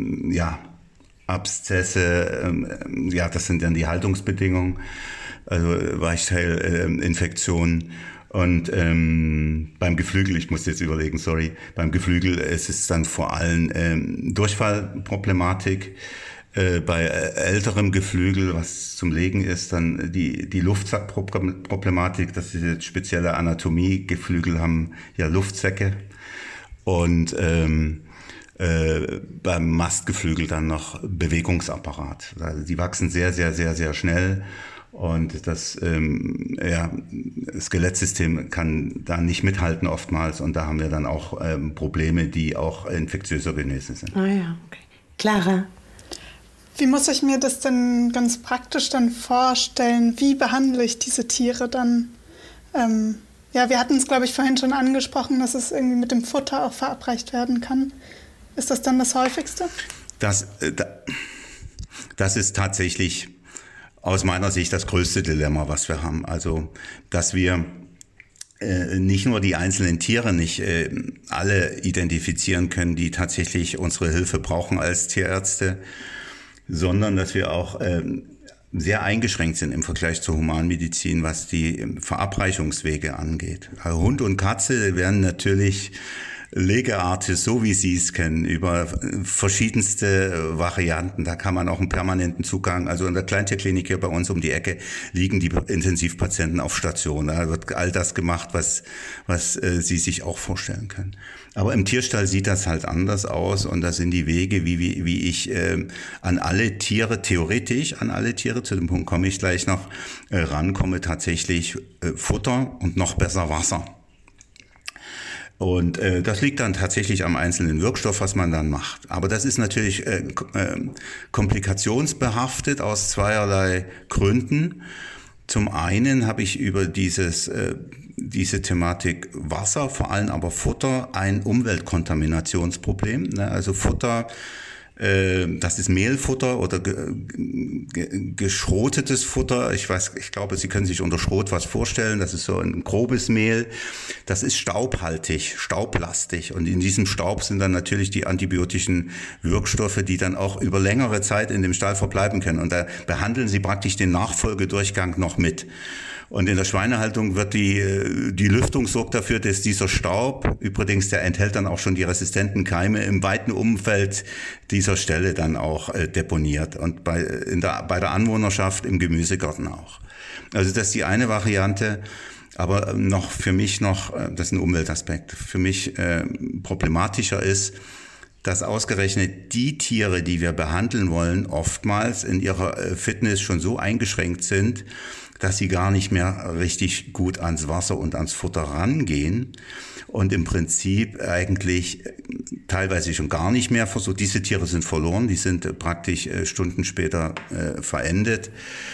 Abszesse, das sind dann die Haltungsbedingungen, also Weichteilinfektionen. Und beim Geflügel, ich muss jetzt überlegen, beim Geflügel ist es dann vor allem Durchfallproblematik. Bei älterem Geflügel, was zum Legen ist, dann die Luftsackproblematik, das ist jetzt spezielle Anatomie. Geflügel haben ja Luftsäcke. Und beim Mastgeflügel dann noch Bewegungsapparat. Also die wachsen sehr, sehr, sehr, sehr schnell. Und das Skelettsystem kann da nicht mithalten oftmals. Und da haben wir dann auch Probleme, die auch infektiöser Genese sind. Ah ja, okay. Clara? Wie muss ich mir das denn ganz praktisch dann vorstellen? Wie behandle ich diese Tiere dann? Wir hatten es, glaube ich, vorhin schon angesprochen, dass es irgendwie mit dem Futter auch verabreicht werden kann. Ist das dann das Häufigste? Das ist tatsächlich aus meiner Sicht das größte Dilemma, was wir haben. Also, dass wir nicht nur die einzelnen Tiere nicht alle identifizieren können, die tatsächlich unsere Hilfe brauchen als Tierärzte, sondern dass wir auch sehr eingeschränkt sind im Vergleich zur Humanmedizin, was die Verabreichungswege angeht. Also Hund und Katze werden natürlich Legeartis, so wie Sie es kennen, über verschiedenste Varianten. Da kann man auch einen permanenten Zugang, also in der Kleintierklinik hier bei uns um die Ecke liegen die Intensivpatienten auf Station. Da wird all das gemacht, was Sie sich auch vorstellen können. Aber im Tierstall sieht das halt anders aus und das sind die Wege, wie ich an alle Tiere, theoretisch an alle Tiere, zu dem Punkt komme ich gleich noch, rankomme, tatsächlich Futter und noch besser Wasser. Und das liegt dann tatsächlich am einzelnen Wirkstoff, was man dann macht. Aber das ist natürlich komplikationsbehaftet aus zweierlei Gründen. Zum einen habe ich über diese Thematik Wasser, vor allem aber Futter, ein Umweltkontaminationsproblem. Ne? Also Futter, das ist Mehlfutter oder geschrotetes Futter. Ich glaube, Sie können sich unter Schrot was vorstellen. Das ist so ein grobes Mehl. Das ist staubhaltig, staublastig. Und in diesem Staub sind dann natürlich die antibiotischen Wirkstoffe, die dann auch über längere Zeit in dem Stall verbleiben können. Und da behandeln Sie praktisch den Nachfolgedurchgang noch mit. Und in der Schweinehaltung wird die Lüftung sorgt dafür, dass dieser Staub, übrigens der enthält dann auch schon die resistenten Keime, im weiten Umfeld dieser Stelle dann auch deponiert und bei der Anwohnerschaft im Gemüsegarten auch. Also das ist die eine Variante. Aber für mich das ist ein Umweltaspekt. Für mich problematischer ist, dass ausgerechnet die Tiere, die wir behandeln wollen, oftmals in ihrer Fitness schon so eingeschränkt sind, dass sie gar nicht mehr richtig gut ans Wasser und ans Futter rangehen und im Prinzip eigentlich teilweise schon gar nicht mehr versuchen. Diese Tiere sind verloren, die sind praktisch Stunden später verendet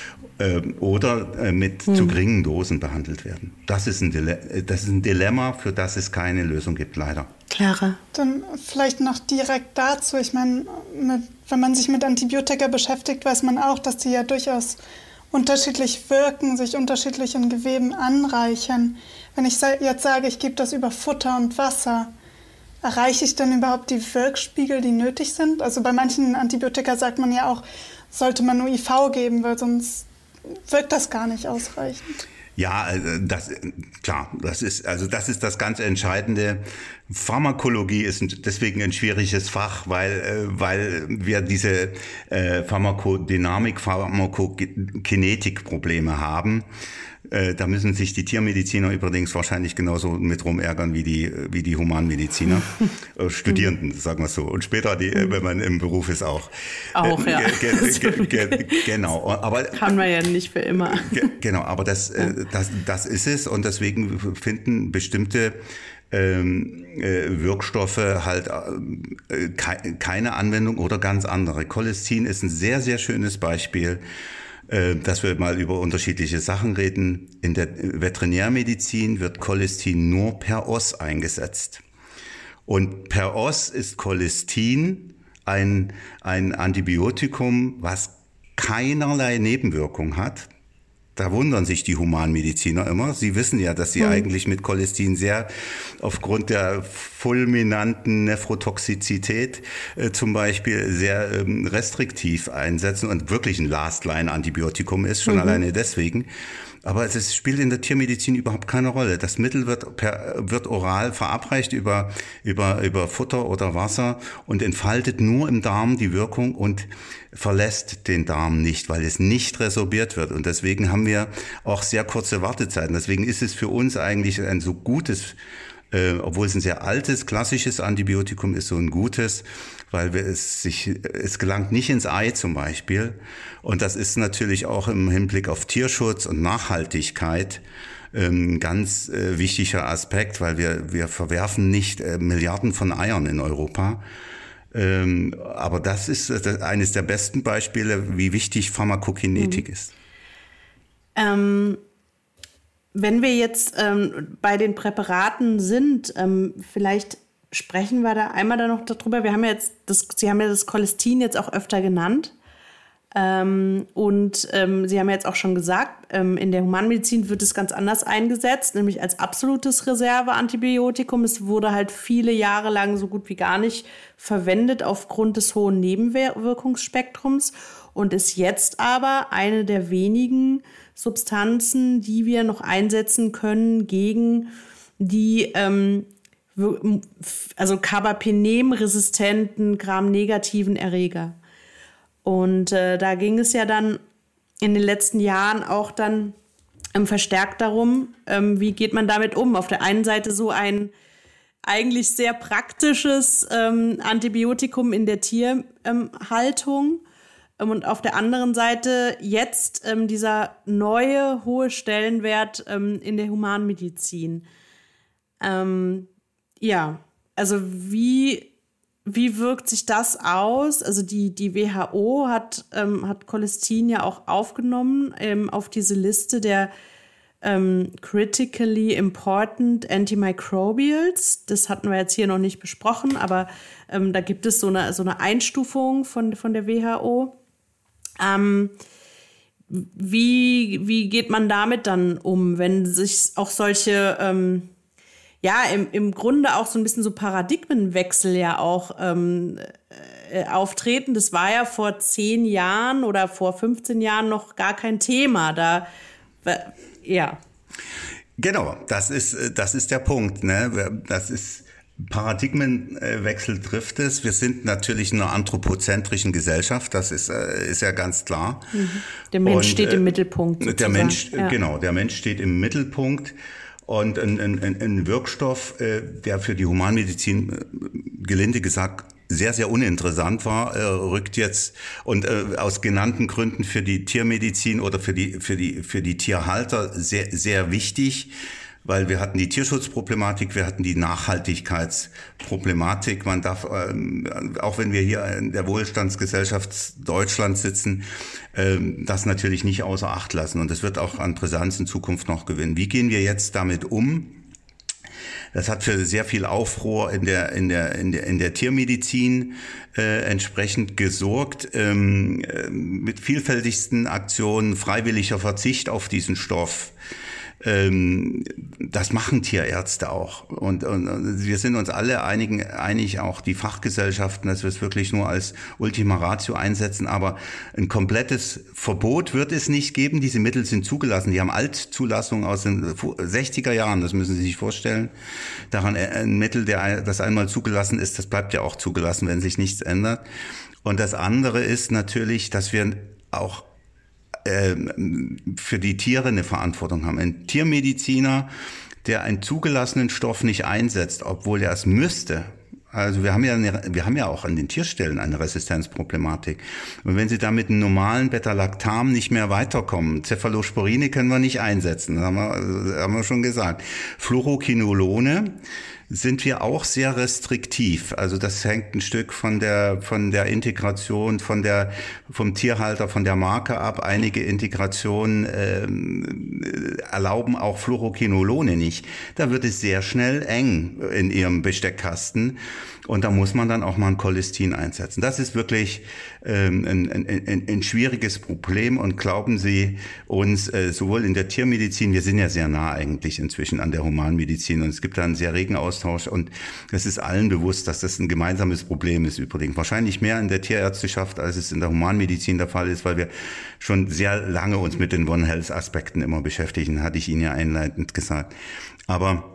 oder mit zu geringen Dosen behandelt werden. Das ist ein Dilemma, für das es keine Lösung gibt, leider. Clara. Dann vielleicht noch direkt dazu. Ich meine, wenn man sich mit Antibiotika beschäftigt, weiß man auch, dass die ja durchaus unterschiedlich wirken, sich unterschiedlich in Geweben anreichern. Wenn ich jetzt sage, ich gebe das über Futter und Wasser, erreiche ich dann überhaupt die Wirkspiegel, die nötig sind? Also bei manchen Antibiotika sagt man ja auch, sollte man nur IV geben, weil sonst wirkt das gar nicht ausreichend. Ja, das ist das ganz Entscheidende. Pharmakologie ist deswegen ein schwieriges Fach, weil wir diese Pharmakodynamik, Pharmakokinetik-Probleme haben. Da müssen sich die Tiermediziner übrigens wahrscheinlich genauso mit rumärgern wie die Humanmediziner, Studierenden, sagen wir so. Und später, wenn man im Beruf ist, auch. Auch, ja. Genau. Aber kann man ja nicht für immer. Genau, aber das ist es. Und deswegen finden bestimmte Wirkstoffe halt keine Anwendung oder ganz andere. Cholestin ist ein sehr, sehr schönes Beispiel, dass wir mal über unterschiedliche Sachen reden. In der Veterinärmedizin wird Cholestin nur per Os eingesetzt. Und per Os ist Cholestin ein Antibiotikum, was keinerlei Nebenwirkung hat. Da wundern sich die Humanmediziner immer. Sie wissen ja, dass sie eigentlich mit Cholestin sehr aufgrund der fulminanten Nephrotoxizität zum Beispiel sehr restriktiv einsetzen und wirklich ein Last-Line-Antibiotikum ist, schon alleine deswegen. Aber es spielt in der Tiermedizin überhaupt keine Rolle. Das Mittel wird oral verabreicht über Futter oder Wasser und entfaltet nur im Darm die Wirkung und verlässt den Darm nicht, weil es nicht resorbiert wird. Und deswegen haben wir auch sehr kurze Wartezeiten. Deswegen ist es für uns eigentlich ein so gutes, obwohl es ein sehr altes, klassisches Antibiotikum ist, so ein gutes, weil es gelangt nicht ins Ei zum Beispiel. Und das ist natürlich auch im Hinblick auf Tierschutz und Nachhaltigkeit ein ganz wichtiger Aspekt, weil wir verwerfen nicht Milliarden von Eiern in Europa. Aber das ist eines der besten Beispiele, wie wichtig Pharmakokinetik ist. Wenn wir jetzt bei den Präparaten sind, vielleicht sprechen wir da einmal noch darüber. Wir haben ja Sie haben ja das Cholestin jetzt auch öfter genannt. Sie haben ja jetzt auch schon gesagt, in der Humanmedizin wird es ganz anders eingesetzt, nämlich als absolutes Reserveantibiotikum. Es wurde halt viele Jahre lang so gut wie gar nicht verwendet aufgrund des hohen Nebenwirkungsspektrums und ist jetzt aber eine der wenigen Substanzen, die wir noch einsetzen können gegen die also Carbapenem-resistenten, Gram-negativen Erreger. Und da ging es ja dann in den letzten Jahren auch dann verstärkt darum, wie geht man damit um. Auf der einen Seite so ein eigentlich sehr praktisches Antibiotikum in der Tierhaltung und auf der anderen Seite jetzt dieser neue hohe Stellenwert in der Humanmedizin. Ja, also wie wirkt sich das aus? Also die WHO hat Colistin ja auch aufgenommen auf diese Liste der critically important antimicrobials. Das hatten wir jetzt hier noch nicht besprochen, aber da gibt es so eine Einstufung von der WHO. Wie geht man damit dann um, wenn sich auch solche im Grunde auch so ein bisschen so Paradigmenwechsel ja auch auftreten. Das war ja vor 10 Jahren oder vor 15 Jahren noch gar kein Thema. Ja. Genau, das ist der Punkt, ne? Das ist Paradigmenwechsel trifft es. Wir sind natürlich in einer anthropozentrischen Gesellschaft, das ist ja ganz klar. Der Mensch steht im Mittelpunkt. Der Mensch steht im Mittelpunkt. Und ein Wirkstoff, der für die Humanmedizin, gelinde gesagt, sehr, sehr uninteressant war, rückt jetzt und aus genannten Gründen für die Tiermedizin oder für die Tierhalter sehr, sehr wichtig, weil wir hatten die Tierschutzproblematik, wir hatten die Nachhaltigkeitsproblematik. Man darf, auch wenn wir hier in der Wohlstandsgesellschaft Deutschland sitzen, das natürlich nicht außer Acht lassen. Und das wird auch an Brisanz in Zukunft noch gewinnen. Wie gehen wir jetzt damit um? Das hat für sehr viel Aufruhr in der Tiermedizin entsprechend gesorgt, mit vielfältigsten Aktionen, freiwilliger Verzicht auf diesen Stoff. Das machen Tierärzte auch. Und wir sind uns alle einig, auch die Fachgesellschaften, dass wir es wirklich nur als Ultima Ratio einsetzen. Aber ein komplettes Verbot wird es nicht geben. Diese Mittel sind zugelassen. Die haben Altzulassungen aus den 60er Jahren. Das müssen Sie sich vorstellen. Daran ein Mittel, das einmal zugelassen ist, das bleibt ja auch zugelassen, wenn sich nichts ändert. Und das andere ist natürlich, dass wir auch für die Tiere eine Verantwortung haben. Ein Tiermediziner, der einen zugelassenen Stoff nicht einsetzt, obwohl er es müsste. Also wir haben ja auch an den Tierstellen eine Resistenzproblematik. Und wenn Sie da mit einem normalen Beta-Lactam nicht mehr weiterkommen, Cephalosporine können wir nicht einsetzen, das haben wir schon gesagt. Fluoroquinolone sind wir auch sehr restriktiv. Also das hängt ein Stück von der Integration, vom Tierhalter, von der Marke ab. Einige Integrationen erlauben auch Fluoroquinolone nicht. Da wird es sehr schnell eng in Ihrem Besteckkasten. Und da muss man dann auch mal ein Colistin einsetzen. Das ist wirklich ein schwieriges Problem. Und glauben Sie uns, sowohl in der Tiermedizin, wir sind ja sehr nah eigentlich inzwischen an der Humanmedizin und es gibt da einen sehr regen Austausch. Und es ist allen bewusst, dass das ein gemeinsames Problem ist übrigens. Wahrscheinlich mehr in der Tierärzteschaft, als es in der Humanmedizin der Fall ist, weil wir schon sehr lange uns mit den One Health Aspekten immer beschäftigen, hatte ich Ihnen ja einleitend gesagt. Aber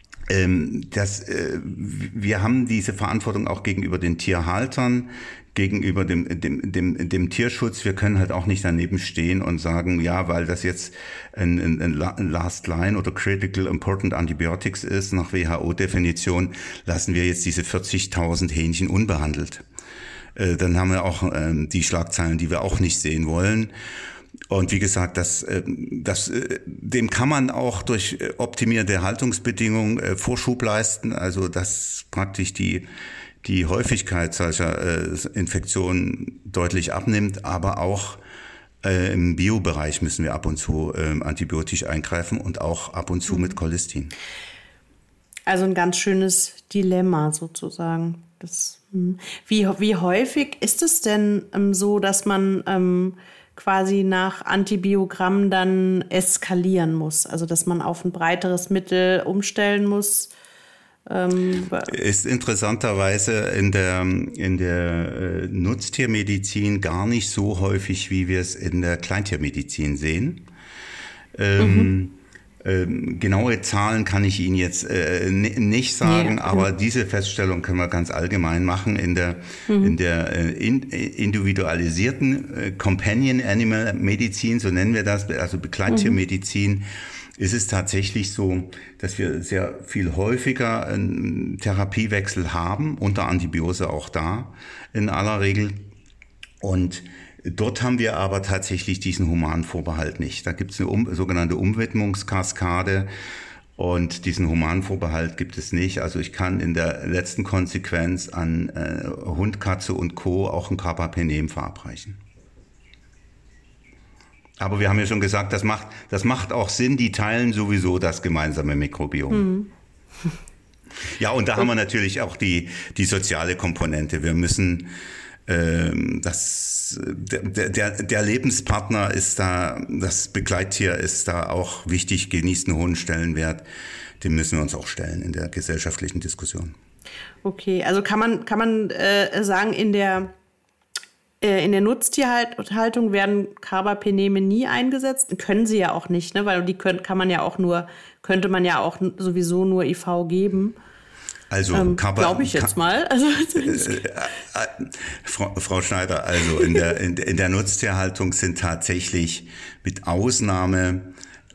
wir haben diese Verantwortung auch gegenüber den Tierhaltern, gegenüber dem Tierschutz. Wir können halt auch nicht daneben stehen und sagen, ja, weil das jetzt ein Last Line oder Critical Important Antibiotics ist, nach WHO-Definition, lassen wir jetzt diese 40.000 Hähnchen unbehandelt. Dann haben wir auch die Schlagzeilen, die wir auch nicht sehen wollen. Und wie gesagt, dem kann man auch durch optimierte Haltungsbedingungen Vorschub leisten, also dass praktisch die Häufigkeit solcher Infektionen deutlich abnimmt, aber auch im Biobereich müssen wir ab und zu antibiotisch eingreifen und auch ab und zu mit Colistin. Also ein ganz schönes Dilemma sozusagen. Wie häufig ist es denn so, dass man quasi nach Antibiogramm dann eskalieren muss, also dass man auf ein breiteres Mittel umstellen muss? Ist interessanterweise in der Nutztiermedizin gar nicht so häufig, wie wir es in der Kleintiermedizin sehen. Genaue Zahlen kann ich Ihnen jetzt nicht sagen, Nee, aber diese Feststellung können wir ganz allgemein machen. In der individualisierten Companion Animal Medizin, so nennen wir das, also Begleittiermedizin, ist es tatsächlich so, dass wir sehr viel häufiger einen Therapiewechsel haben, unter Antibiose auch da in aller Regel. Und dort haben wir aber tatsächlich diesen Humanvorbehalt nicht. Da gibt es eine sogenannte Umwidmungskaskade und diesen Humanvorbehalt gibt es nicht. Also ich kann in der letzten Konsequenz an Hund, Katze und Co. auch ein Carbapenem verabreichen. Aber wir haben ja schon gesagt, das macht auch Sinn, die teilen sowieso das gemeinsame Mikrobiom. Ja, und da haben wir natürlich auch die soziale Komponente. Wir müssen der Lebenspartner ist da, das Begleittier ist da auch wichtig, genießt einen hohen Stellenwert. Dem müssen wir uns auch stellen in der gesellschaftlichen Diskussion. Okay, also kann man sagen, in der Nutztierhaltung werden Carbapeneme nie eingesetzt. Können sie ja auch nicht, ne? Weil die könnte man ja auch sowieso nur IV geben. Also glaube ich jetzt mal. Also, Frau Schneider, also in der Nutztierhaltung sind tatsächlich mit Ausnahme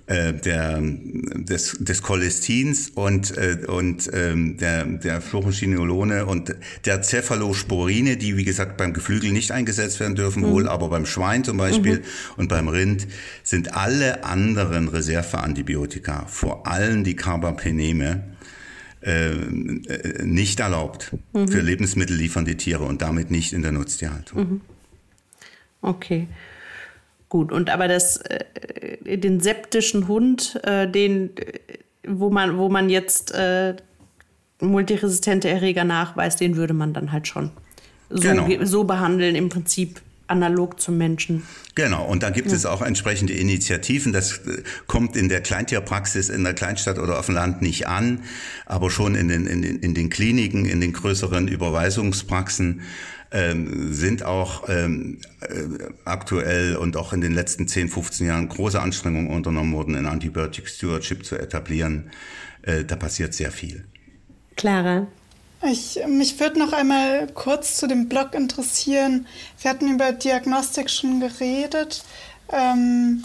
des Cholestins und der Fluorochinolone und der Cephalosporine, die wie gesagt beim Geflügel nicht eingesetzt werden dürfen, wohl aber beim Schwein zum Beispiel und beim Rind sind alle anderen Reserveantibiotika, vor allem die Carbapeneme, nicht erlaubt für lebensmittelliefernde Tiere und damit nicht in der Nutztierhaltung. Okay. Gut, und aber den septischen Hund, wo man jetzt multiresistente Erreger nachweist, den würde man dann halt schon so behandeln, im Prinzip analog zum Menschen. Genau, und da gibt es auch entsprechende Initiativen. Das kommt in der Kleintierpraxis in der Kleinstadt oder auf dem Land nicht an, aber schon in den Kliniken, in den größeren Überweisungspraxen sind auch aktuell und auch in den letzten 10, 15 Jahren große Anstrengungen unternommen worden, ein Antibiotic Stewardship zu etablieren. Da passiert sehr viel. Clara? Mich würde noch einmal kurz zu dem Blog interessieren. Wir hatten über Diagnostik schon geredet. Dann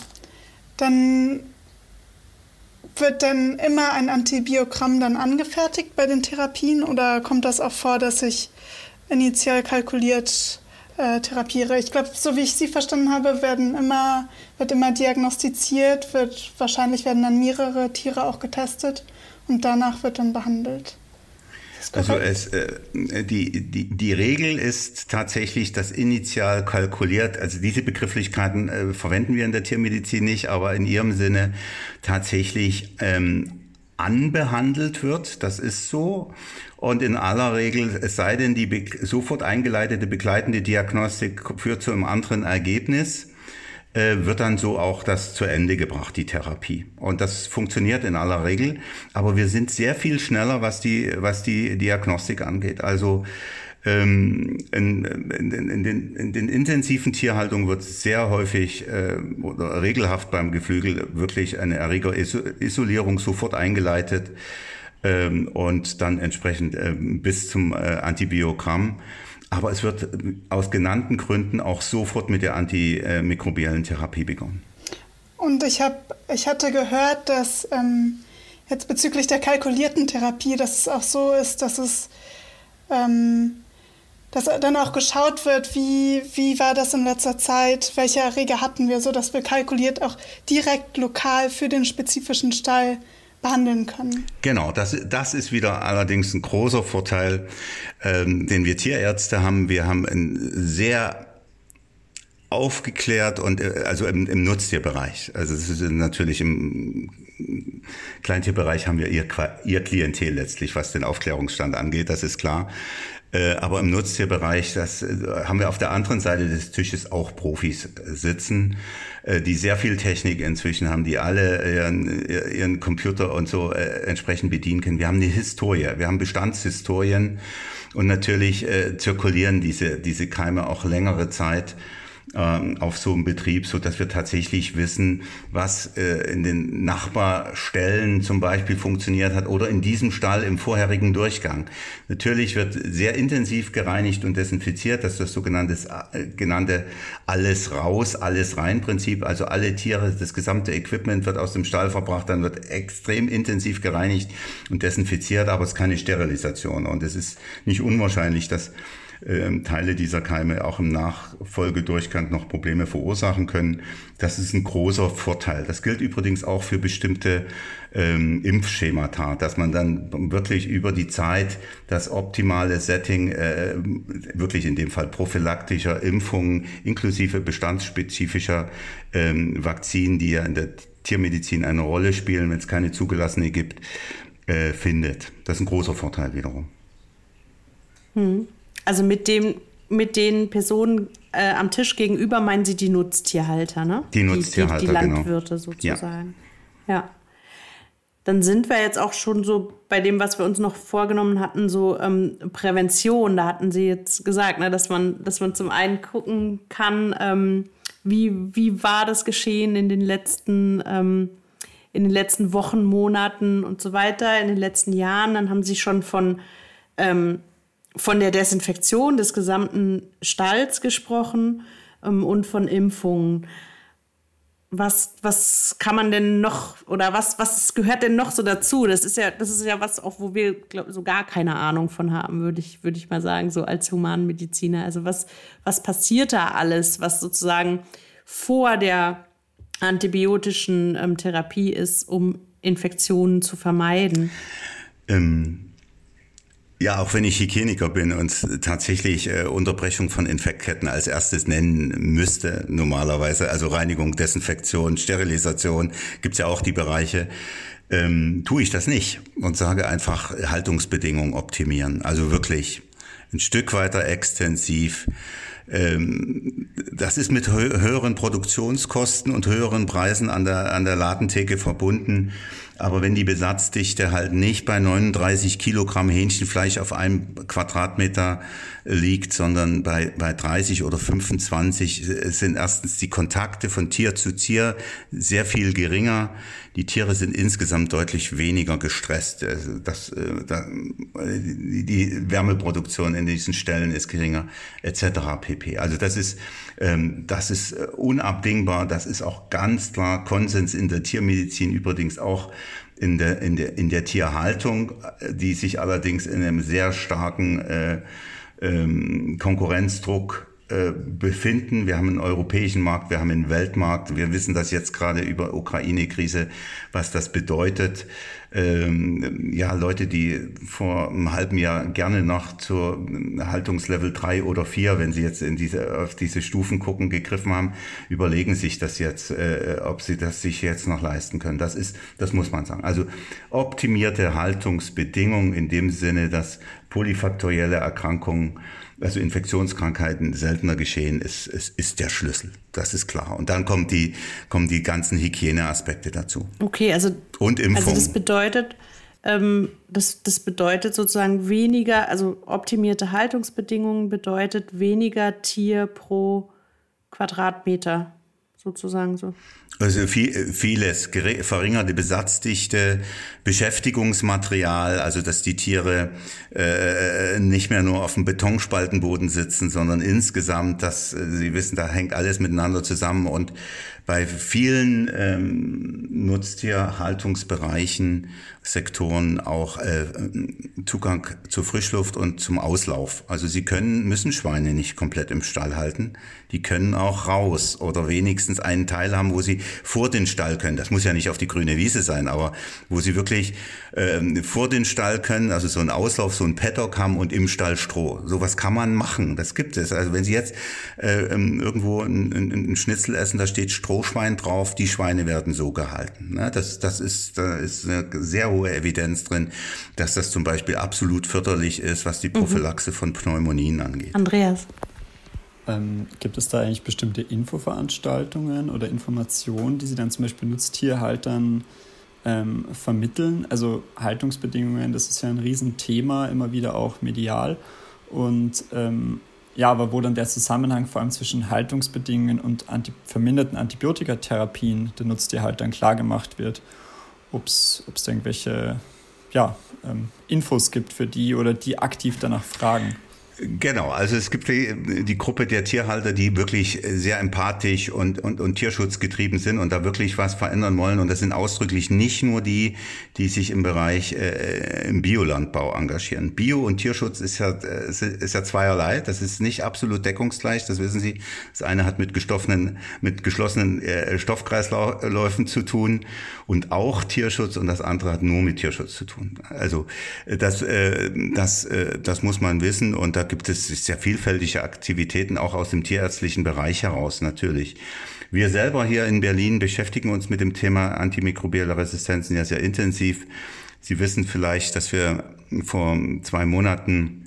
wird denn immer ein Antibiogramm dann angefertigt bei den Therapien oder kommt das auch vor, dass ich initial kalkuliert therapiere? Ich glaube, so wie ich Sie verstanden habe, wird immer diagnostiziert, wahrscheinlich werden dann mehrere Tiere auch getestet und danach wird dann behandelt. Also die Regel ist tatsächlich, dass initial kalkuliert, also diese Begrifflichkeiten verwenden wir in der Tiermedizin nicht, aber in ihrem Sinne tatsächlich anbehandelt wird, das ist so. Und in aller Regel, es sei denn, die sofort eingeleitete begleitende Diagnostik führt zu einem anderen Ergebnis, wird dann so auch das zu Ende gebracht, die Therapie. Und das funktioniert in aller Regel. Aber wir sind sehr viel schneller, was die Diagnostik angeht. Also in den intensiven Tierhaltungen wird sehr häufig oder regelhaft beim Geflügel wirklich eine Erregerisolierung sofort eingeleitet und dann entsprechend bis zum Antibiogramm. Aber es wird aus genannten Gründen auch sofort mit der antimikrobiellen Therapie begonnen. Und ich hatte gehört, dass jetzt bezüglich der kalkulierten Therapie, dass es auch so ist, dass dann auch geschaut wird, wie war das in letzter Zeit, welche Erreger hatten wir, sodass wir kalkuliert auch direkt lokal für den spezifischen Stall behandeln können. Genau, das ist wieder allerdings ein großer Vorteil, den wir Tierärzte haben. Wir haben ein sehr aufgeklärt und also im Nutztierbereich. Also es ist natürlich im Kleintierbereich haben wir ihr Klientel letztlich, was den Aufklärungsstand angeht, das ist klar. Aber im Nutztierbereich, das haben wir auf der anderen Seite des Tisches auch Profis sitzen, die sehr viel Technik inzwischen haben, die alle ihren Computer und so entsprechend bedienen können. Wir haben eine Historie, wir haben Bestandshistorien und natürlich zirkulieren diese Keime auch längere Zeit. auf so einem Betrieb, so dass wir tatsächlich wissen, was in den Nachbarställen zum Beispiel funktioniert hat oder in diesem Stall im vorherigen Durchgang. Natürlich wird sehr intensiv gereinigt und desinfiziert, das ist das genannte alles raus, alles rein Prinzip. Also alle Tiere, das gesamte Equipment wird aus dem Stall verbracht, dann wird extrem intensiv gereinigt und desinfiziert, aber es ist keine Sterilisation. Und es ist nicht unwahrscheinlich, dass Teile dieser Keime auch im Nachfolgedurchgang noch Probleme verursachen können. Das ist ein großer Vorteil. Das gilt übrigens auch für bestimmte Impfschemata, dass man dann wirklich über die Zeit das optimale Setting, wirklich in dem Fall prophylaktischer Impfungen inklusive bestandsspezifischer Vakzinen, die ja in der Tiermedizin eine Rolle spielen, wenn es keine zugelassene gibt, findet. Das ist ein großer Vorteil wiederum. Also mit den Personen am Tisch gegenüber meinen Sie die Nutztierhalter, ne? Die Nutztierhalter, die Landwirte sozusagen. Ja. Dann sind wir jetzt auch schon so bei dem, was wir uns noch vorgenommen hatten, so Prävention. Da hatten Sie jetzt gesagt, ne, dass man zum einen gucken kann, wie war das Geschehen in den letzten Wochen, Monaten und so weiter, in den letzten Jahren. Dann haben Sie schon von der Desinfektion des gesamten Stalls gesprochen und von Impfungen. Was kann man denn noch oder was gehört denn noch so dazu? Das ist ja was, auch wo wir so gar keine Ahnung von haben, würde ich mal sagen, so als Humanmediziner. Also was passiert da alles, was sozusagen vor der antibiotischen Therapie ist, um Infektionen zu vermeiden? Ja, auch wenn ich Hygieniker bin und tatsächlich Unterbrechung von Infektketten als erstes nennen müsste, normalerweise, also Reinigung, Desinfektion, Sterilisation, gibt's ja auch die Bereiche, tue ich das nicht und sage einfach Haltungsbedingungen optimieren. Also wirklich ein Stück weiter extensiv. Das ist mit höheren Produktionskosten und höheren Preisen an der Ladentheke verbunden. Aber wenn die Besatzdichte halt nicht bei 39 Kilogramm Hähnchenfleisch auf einem Quadratmeter liegt, sondern bei 30 oder 25, sind erstens die Kontakte von Tier zu Tier sehr viel geringer. Die Tiere sind insgesamt deutlich weniger gestresst. Die Wärmeproduktion in diesen Stellen ist geringer, etc. pp. Also das ist unabdingbar. Das ist auch ganz klar Konsens in der Tiermedizin, übrigens auch in der Tierhaltung, die sich allerdings in einem sehr starken Konkurrenzdruck befinden. Wir haben einen europäischen Markt, wir haben einen Weltmarkt. Wir wissen das jetzt gerade über Ukraine-Krise, was das bedeutet. Leute, die vor einem halben Jahr gerne noch zur Haltungslevel 3 oder 4, wenn sie jetzt auf diese Stufen gucken, gegriffen haben, überlegen sich das jetzt, ob sie das sich jetzt noch leisten können. Das muss man sagen. Also optimierte Haltungsbedingungen in dem Sinne, dass polyfaktorielle Erkrankungen, also Infektionskrankheiten seltener geschehen, ist der Schlüssel. Das ist klar. Und dann kommen die ganzen Hygieneaspekte dazu. Okay, und Impfung. Also das bedeutet sozusagen weniger, also optimierte Haltungsbedingungen bedeutet weniger Tier pro Quadratmeter, sozusagen so. Also vieles, verringerte Besatzdichte, Beschäftigungsmaterial, also dass die Tiere nicht mehr nur auf dem Betonspaltenboden sitzen, sondern insgesamt, dass Sie wissen, da hängt alles miteinander zusammen. Und bei vielen Nutztierhaltungsbereichen, Sektoren auch Zugang zur Frischluft und zum Auslauf. Also Sie müssen Schweine nicht komplett im Stall halten. Die können auch raus oder wenigstens einen Teil haben, wo sie vor den Stall können. Das muss ja nicht auf die grüne Wiese sein, aber wo sie wirklich vor den Stall können, also so ein Auslauf, so ein Paddock haben und im Stall Stroh. Sowas kann man machen, das gibt es. Also wenn Sie jetzt irgendwo ein Schnitzel essen, da steht Strohschwein drauf, die Schweine werden so gehalten. Da ist eine sehr hohe Evidenz drin, dass das zum Beispiel absolut förderlich ist, was die Prophylaxe von Pneumonien angeht. Andreas? Gibt es da eigentlich bestimmte Infoveranstaltungen oder Informationen, die Sie dann zum Beispiel Nutztierhaltern vermitteln? Also Haltungsbedingungen, das ist ja ein Riesenthema, immer wieder auch medial. Und Ja, aber wo dann der Zusammenhang vor allem zwischen Haltungsbedingungen und verminderten Antibiotikatherapien der Nutztier halt dann klar gemacht wird, ob es da irgendwelche Infos gibt für die oder die aktiv danach fragen. Genau, also es gibt die Gruppe der Tierhalter, die wirklich sehr empathisch und tierschutzgetrieben sind und da wirklich was verändern wollen. Und das sind ausdrücklich nicht nur die sich im Bereich im Biolandbau engagieren. Bio- und Tierschutz ist ja zweierlei. Das ist nicht absolut deckungsgleich, das wissen Sie. Das eine hat mit geschlossenen Stoffkreisläufen zu tun und auch Tierschutz und das andere hat nur mit Tierschutz zu tun. Also das muss man wissen und da gibt es sehr vielfältige Aktivitäten, auch aus dem tierärztlichen Bereich heraus natürlich. Wir selber hier in Berlin beschäftigen uns mit dem Thema antimikrobielle Resistenzen ja sehr intensiv. Sie wissen vielleicht, dass wir vor 2 Monaten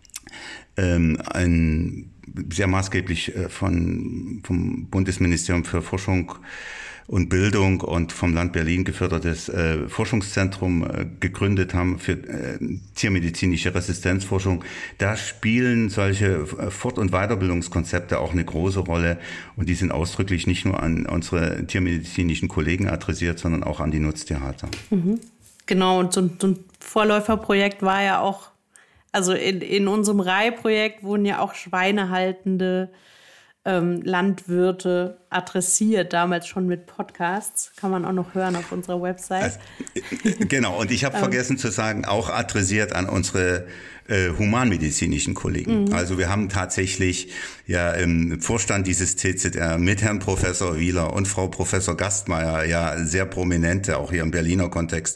ein sehr maßgeblich vom Bundesministerium für Forschung und Bildung und vom Land Berlin gefördertes Forschungszentrum gegründet haben für tiermedizinische Resistenzforschung. Da spielen solche Fort- und Weiterbildungskonzepte auch eine große Rolle und die sind ausdrücklich nicht nur an unsere tiermedizinischen Kollegen adressiert, sondern auch an die Nutztierhalter. Mhm. Genau, und so ein Vorläuferprojekt war ja auch, also in unserem Reihprojekt wurden ja auch schweinehaltende Landwirte adressiert, damals schon mit Podcasts. Kann man auch noch hören auf unserer Website. Genau, und ich habe vergessen zu sagen, auch adressiert an unsere humanmedizinischen Kollegen. Mhm. Also wir haben tatsächlich ja im Vorstand dieses TZR mit Herrn Professor Wieler und Frau Professor Gastmeier ja sehr prominente, auch hier im Berliner Kontext,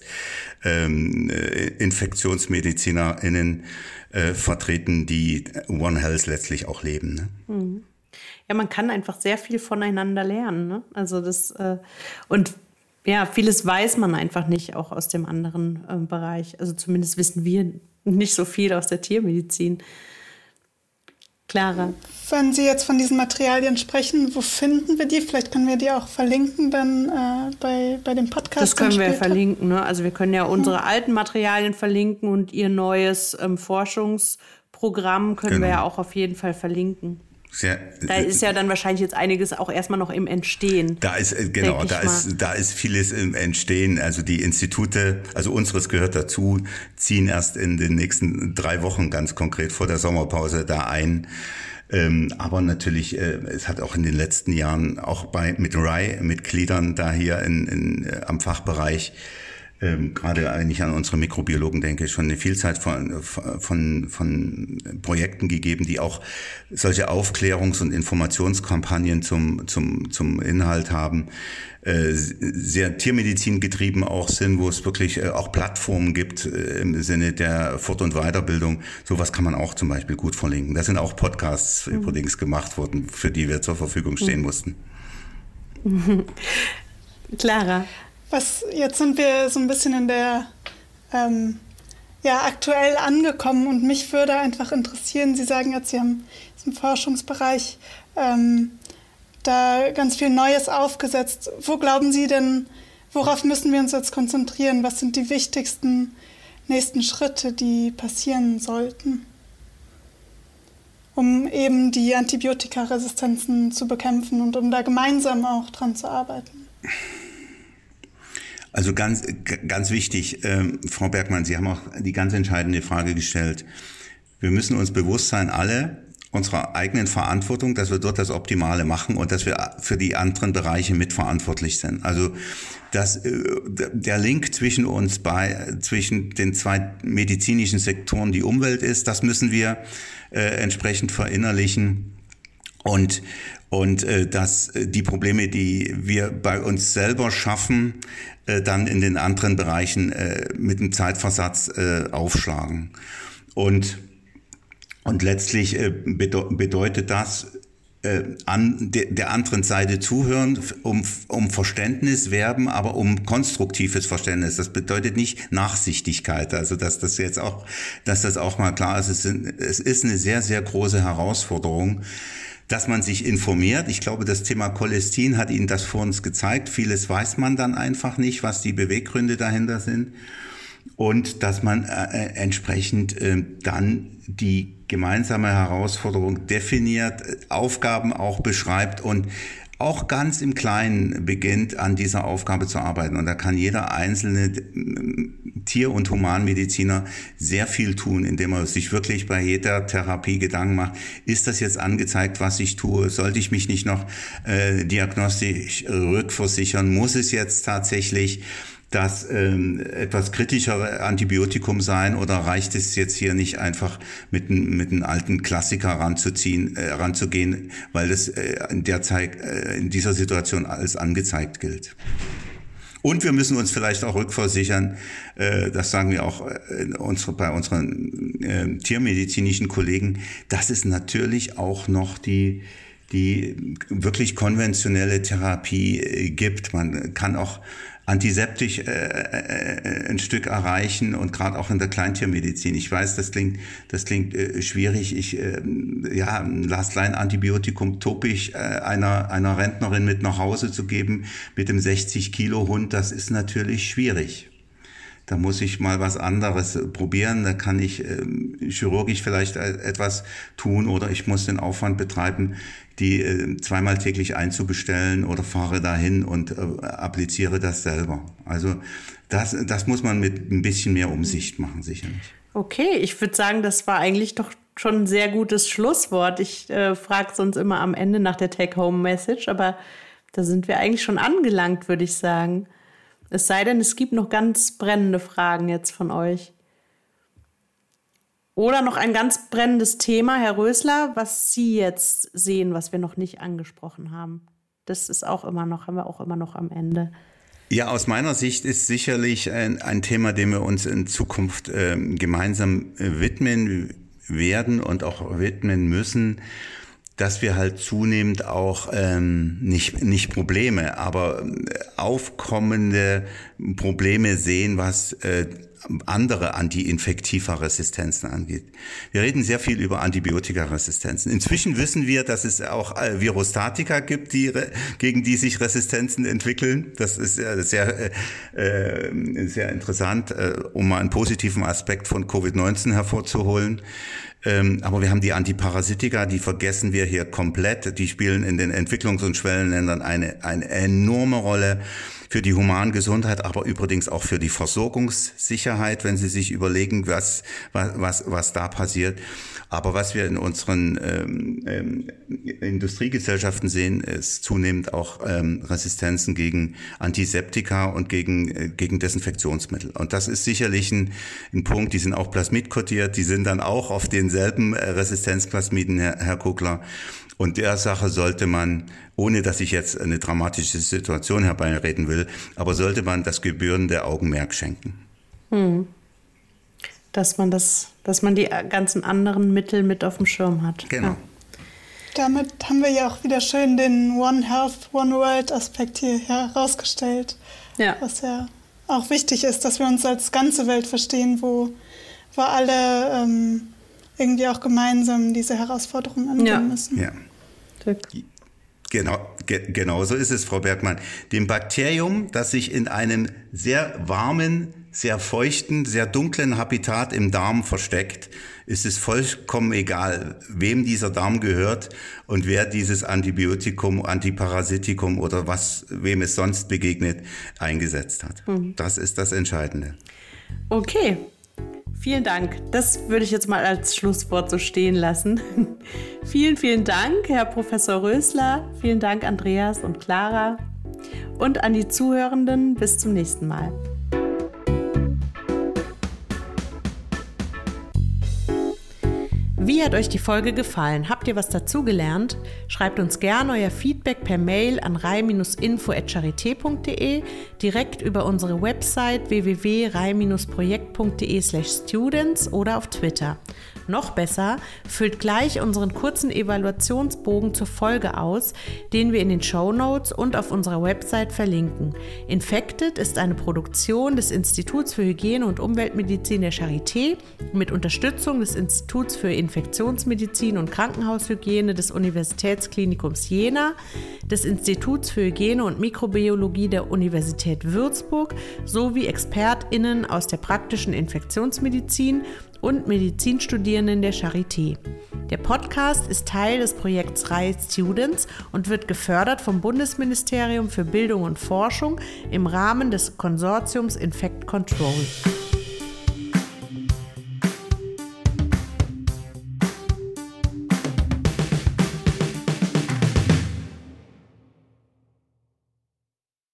InfektionsmedizinerInnen vertreten, die One Health letztlich auch leben. Ne? Mhm. Ja, man kann einfach sehr viel voneinander lernen. Ne? Also und ja, vieles weiß man einfach nicht, auch aus dem anderen Bereich. Also zumindest wissen wir nicht so viel aus der Tiermedizin. Clara? Wenn Sie jetzt von diesen Materialien sprechen, wo finden wir die? Vielleicht können wir die auch verlinken dann bei dem Podcast. Das können wir verlinken. Ne? Also wir können ja unsere alten Materialien verlinken und Ihr neues Forschungsprogramm können wir ja auch auf jeden Fall verlinken. Da ist ja dann wahrscheinlich jetzt einiges auch erstmal noch im Entstehen. Da ist vieles im Entstehen. Also die Institute, also unseres gehört dazu, ziehen erst in den nächsten 3 Wochen ganz konkret vor der Sommerpause da ein. Aber natürlich, es hat auch in den letzten Jahren auch mit RAI-Mitgliedern da hier am Fachbereich gerade eigentlich an unsere Mikrobiologen denke, schon eine Vielzahl von Projekten gegeben, die auch solche Aufklärungs- und Informationskampagnen zum Inhalt haben, sehr Tiermedizin getrieben auch sind, wo es wirklich auch Plattformen gibt im Sinne der Fort- und Weiterbildung. Sowas kann man auch zum Beispiel gut verlinken. Da sind auch Podcasts übrigens gemacht worden, für die wir zur Verfügung stehen mussten. Clara? Jetzt sind wir so ein bisschen in der aktuell angekommen und mich würde einfach interessieren, Sie sagen jetzt, Sie haben im Forschungsbereich da ganz viel Neues aufgesetzt. Wo glauben Sie denn, worauf müssen wir uns jetzt konzentrieren? Was sind die wichtigsten nächsten Schritte, die passieren sollten, um eben die Antibiotikaresistenzen zu bekämpfen und um da gemeinsam auch dran zu arbeiten? Also ganz wichtig, Frau Bergmann, Sie haben auch die ganz entscheidende Frage gestellt. Wir müssen uns bewusst sein, alle unserer eigenen Verantwortung, dass wir dort das Optimale machen und dass wir für die anderen Bereiche mitverantwortlich sind. Also der Link zwischen zwischen den 2 medizinischen Sektoren die Umwelt ist, das müssen wir entsprechend verinnerlichen. Und dass die Probleme, die wir bei uns selber schaffen, dann in den anderen Bereichen mit einem Zeitversatz aufschlagen. Und letztlich bedeutet das, an der anderen Seite zuhören, um Verständnis werben, aber um konstruktives Verständnis. Das bedeutet nicht Nachsichtigkeit. Also dass das auch mal klar ist. Es ist eine sehr, sehr große Herausforderung, dass man sich informiert. Ich glaube, das Thema Cholestin hat Ihnen das vor uns gezeigt. Vieles weiß man dann einfach nicht, was die Beweggründe dahinter sind. und dass man entsprechend dann die gemeinsame Herausforderung definiert, Aufgaben auch beschreibt und auch ganz im Kleinen beginnt, an dieser Aufgabe zu arbeiten. Und da kann jeder einzelne Tier- und Humanmediziner sehr viel tun, indem er sich wirklich bei jeder Therapie Gedanken macht, ist das jetzt angezeigt, was ich tue? Sollte ich mich nicht noch diagnostisch rückversichern? Muss es jetzt tatsächlich das etwas kritischere Antibiotikum sein oder reicht es jetzt hier nicht einfach mit einem alten Klassiker ranzugehen, weil das in dieser Situation als angezeigt gilt. Und wir müssen uns vielleicht auch rückversichern, das sagen wir auch bei unseren tiermedizinischen Kollegen, dass es natürlich auch noch die wirklich konventionelle Therapie gibt. Man kann auch antiseptisch ein Stück erreichen und gerade auch in der Kleintiermedizin. Ich weiß, das klingt schwierig. Ein Last-Line-Antibiotikum topisch einer Rentnerin mit nach Hause zu geben mit dem 60-Kilo-Hund, das ist natürlich schwierig. Da muss ich mal was anderes probieren, da kann ich chirurgisch vielleicht etwas tun oder ich muss den Aufwand betreiben, die zweimal täglich einzubestellen oder fahre dahin und appliziere das selber. Also das muss man mit ein bisschen mehr Umsicht machen, sicherlich. Okay, ich würde sagen, das war eigentlich doch schon ein sehr gutes Schlusswort. Ich frage sonst immer am Ende nach der Take-Home-Message, aber da sind wir eigentlich schon angelangt, würde ich sagen. Es sei denn, es gibt noch ganz brennende Fragen jetzt von euch. Oder noch ein ganz brennendes Thema, Herr Rösler, was Sie jetzt sehen, was wir noch nicht angesprochen haben. Das ist auch immer noch, haben wir auch immer noch am Ende. Ja, aus meiner Sicht ist sicherlich ein Thema, dem wir uns in Zukunft gemeinsam widmen werden und auch widmen müssen, dass wir halt zunehmend auch nicht Probleme, aber aufkommende Probleme sehen, was andere antiinfektive Resistenzen angeht. Wir reden sehr viel über Antibiotikaresistenzen. Inzwischen wissen wir, dass es auch Virostatika gibt, gegen die sich Resistenzen entwickeln. Das ist sehr interessant, um mal einen positiven Aspekt von Covid-19 hervorzuholen. Aber wir haben die Antiparasitika, die vergessen wir hier komplett. Die spielen in den Entwicklungs- und Schwellenländern eine enorme Rolle für die Humangesundheit, aber übrigens auch für die Versorgungssicherheit, wenn Sie sich überlegen, was da passiert. Aber was wir in unseren Industriegesellschaften sehen, ist zunehmend auch Resistenzen gegen Antiseptika und gegen Desinfektionsmittel. Und das ist sicherlich ein Punkt, die sind auch plasmidkodiert, die sind dann auch auf denselben Resistenzplasmiden, Herr Kugler. Und der Sache sollte man, ohne dass ich jetzt eine dramatische Situation herbeireden will, aber sollte man das gebührende Augenmerk schenken. Dass man die ganzen anderen Mittel mit auf dem Schirm hat. Genau. Ja. Damit haben wir ja auch wieder schön den One Health, One World Aspekt hier herausgestellt. Ja. Was ja auch wichtig ist, dass wir uns als ganze Welt verstehen, wo alle irgendwie auch gemeinsam diese Herausforderungen angehen müssen. Ja. Genau so ist es, Frau Bergmann. Dem Bakterium, das sich in einem sehr warmen, sehr feuchten, sehr dunklen Habitat im Darm versteckt, ist es vollkommen egal, wem dieser Darm gehört und wer dieses Antibiotikum, Antiparasitikum oder wem es sonst begegnet, eingesetzt hat. Das ist das Entscheidende. Okay. Vielen Dank. Das würde ich jetzt mal als Schlusswort so stehen lassen. Vielen, vielen Dank, Herr Professor Rösler. Vielen Dank, Andreas und Clara. Und an die Zuhörenden, bis zum nächsten Mal. Wie hat euch die Folge gefallen? Habt ihr was dazugelernt? Schreibt uns gerne euer Feedback per Mail an rei-info@charité.de, direkt über unsere Website www.rei-projekt.de/students oder auf Twitter. Noch besser, füllt gleich unseren kurzen Evaluationsbogen zur Folge aus, den wir in den Shownotes und auf unserer Website verlinken. Infected ist eine Produktion des Instituts für Hygiene und Umweltmedizin der Charité mit Unterstützung des Instituts für Infektiologie Infektionsmedizin und Krankenhaushygiene des Universitätsklinikums Jena, des Instituts für Hygiene und Mikrobiologie der Universität Würzburg sowie ExpertInnen aus der praktischen Infektionsmedizin und Medizinstudierenden der Charité. Der Podcast ist Teil des Projekts RAI Students und wird gefördert vom Bundesministerium für Bildung und Forschung im Rahmen des Konsortiums Infect Control.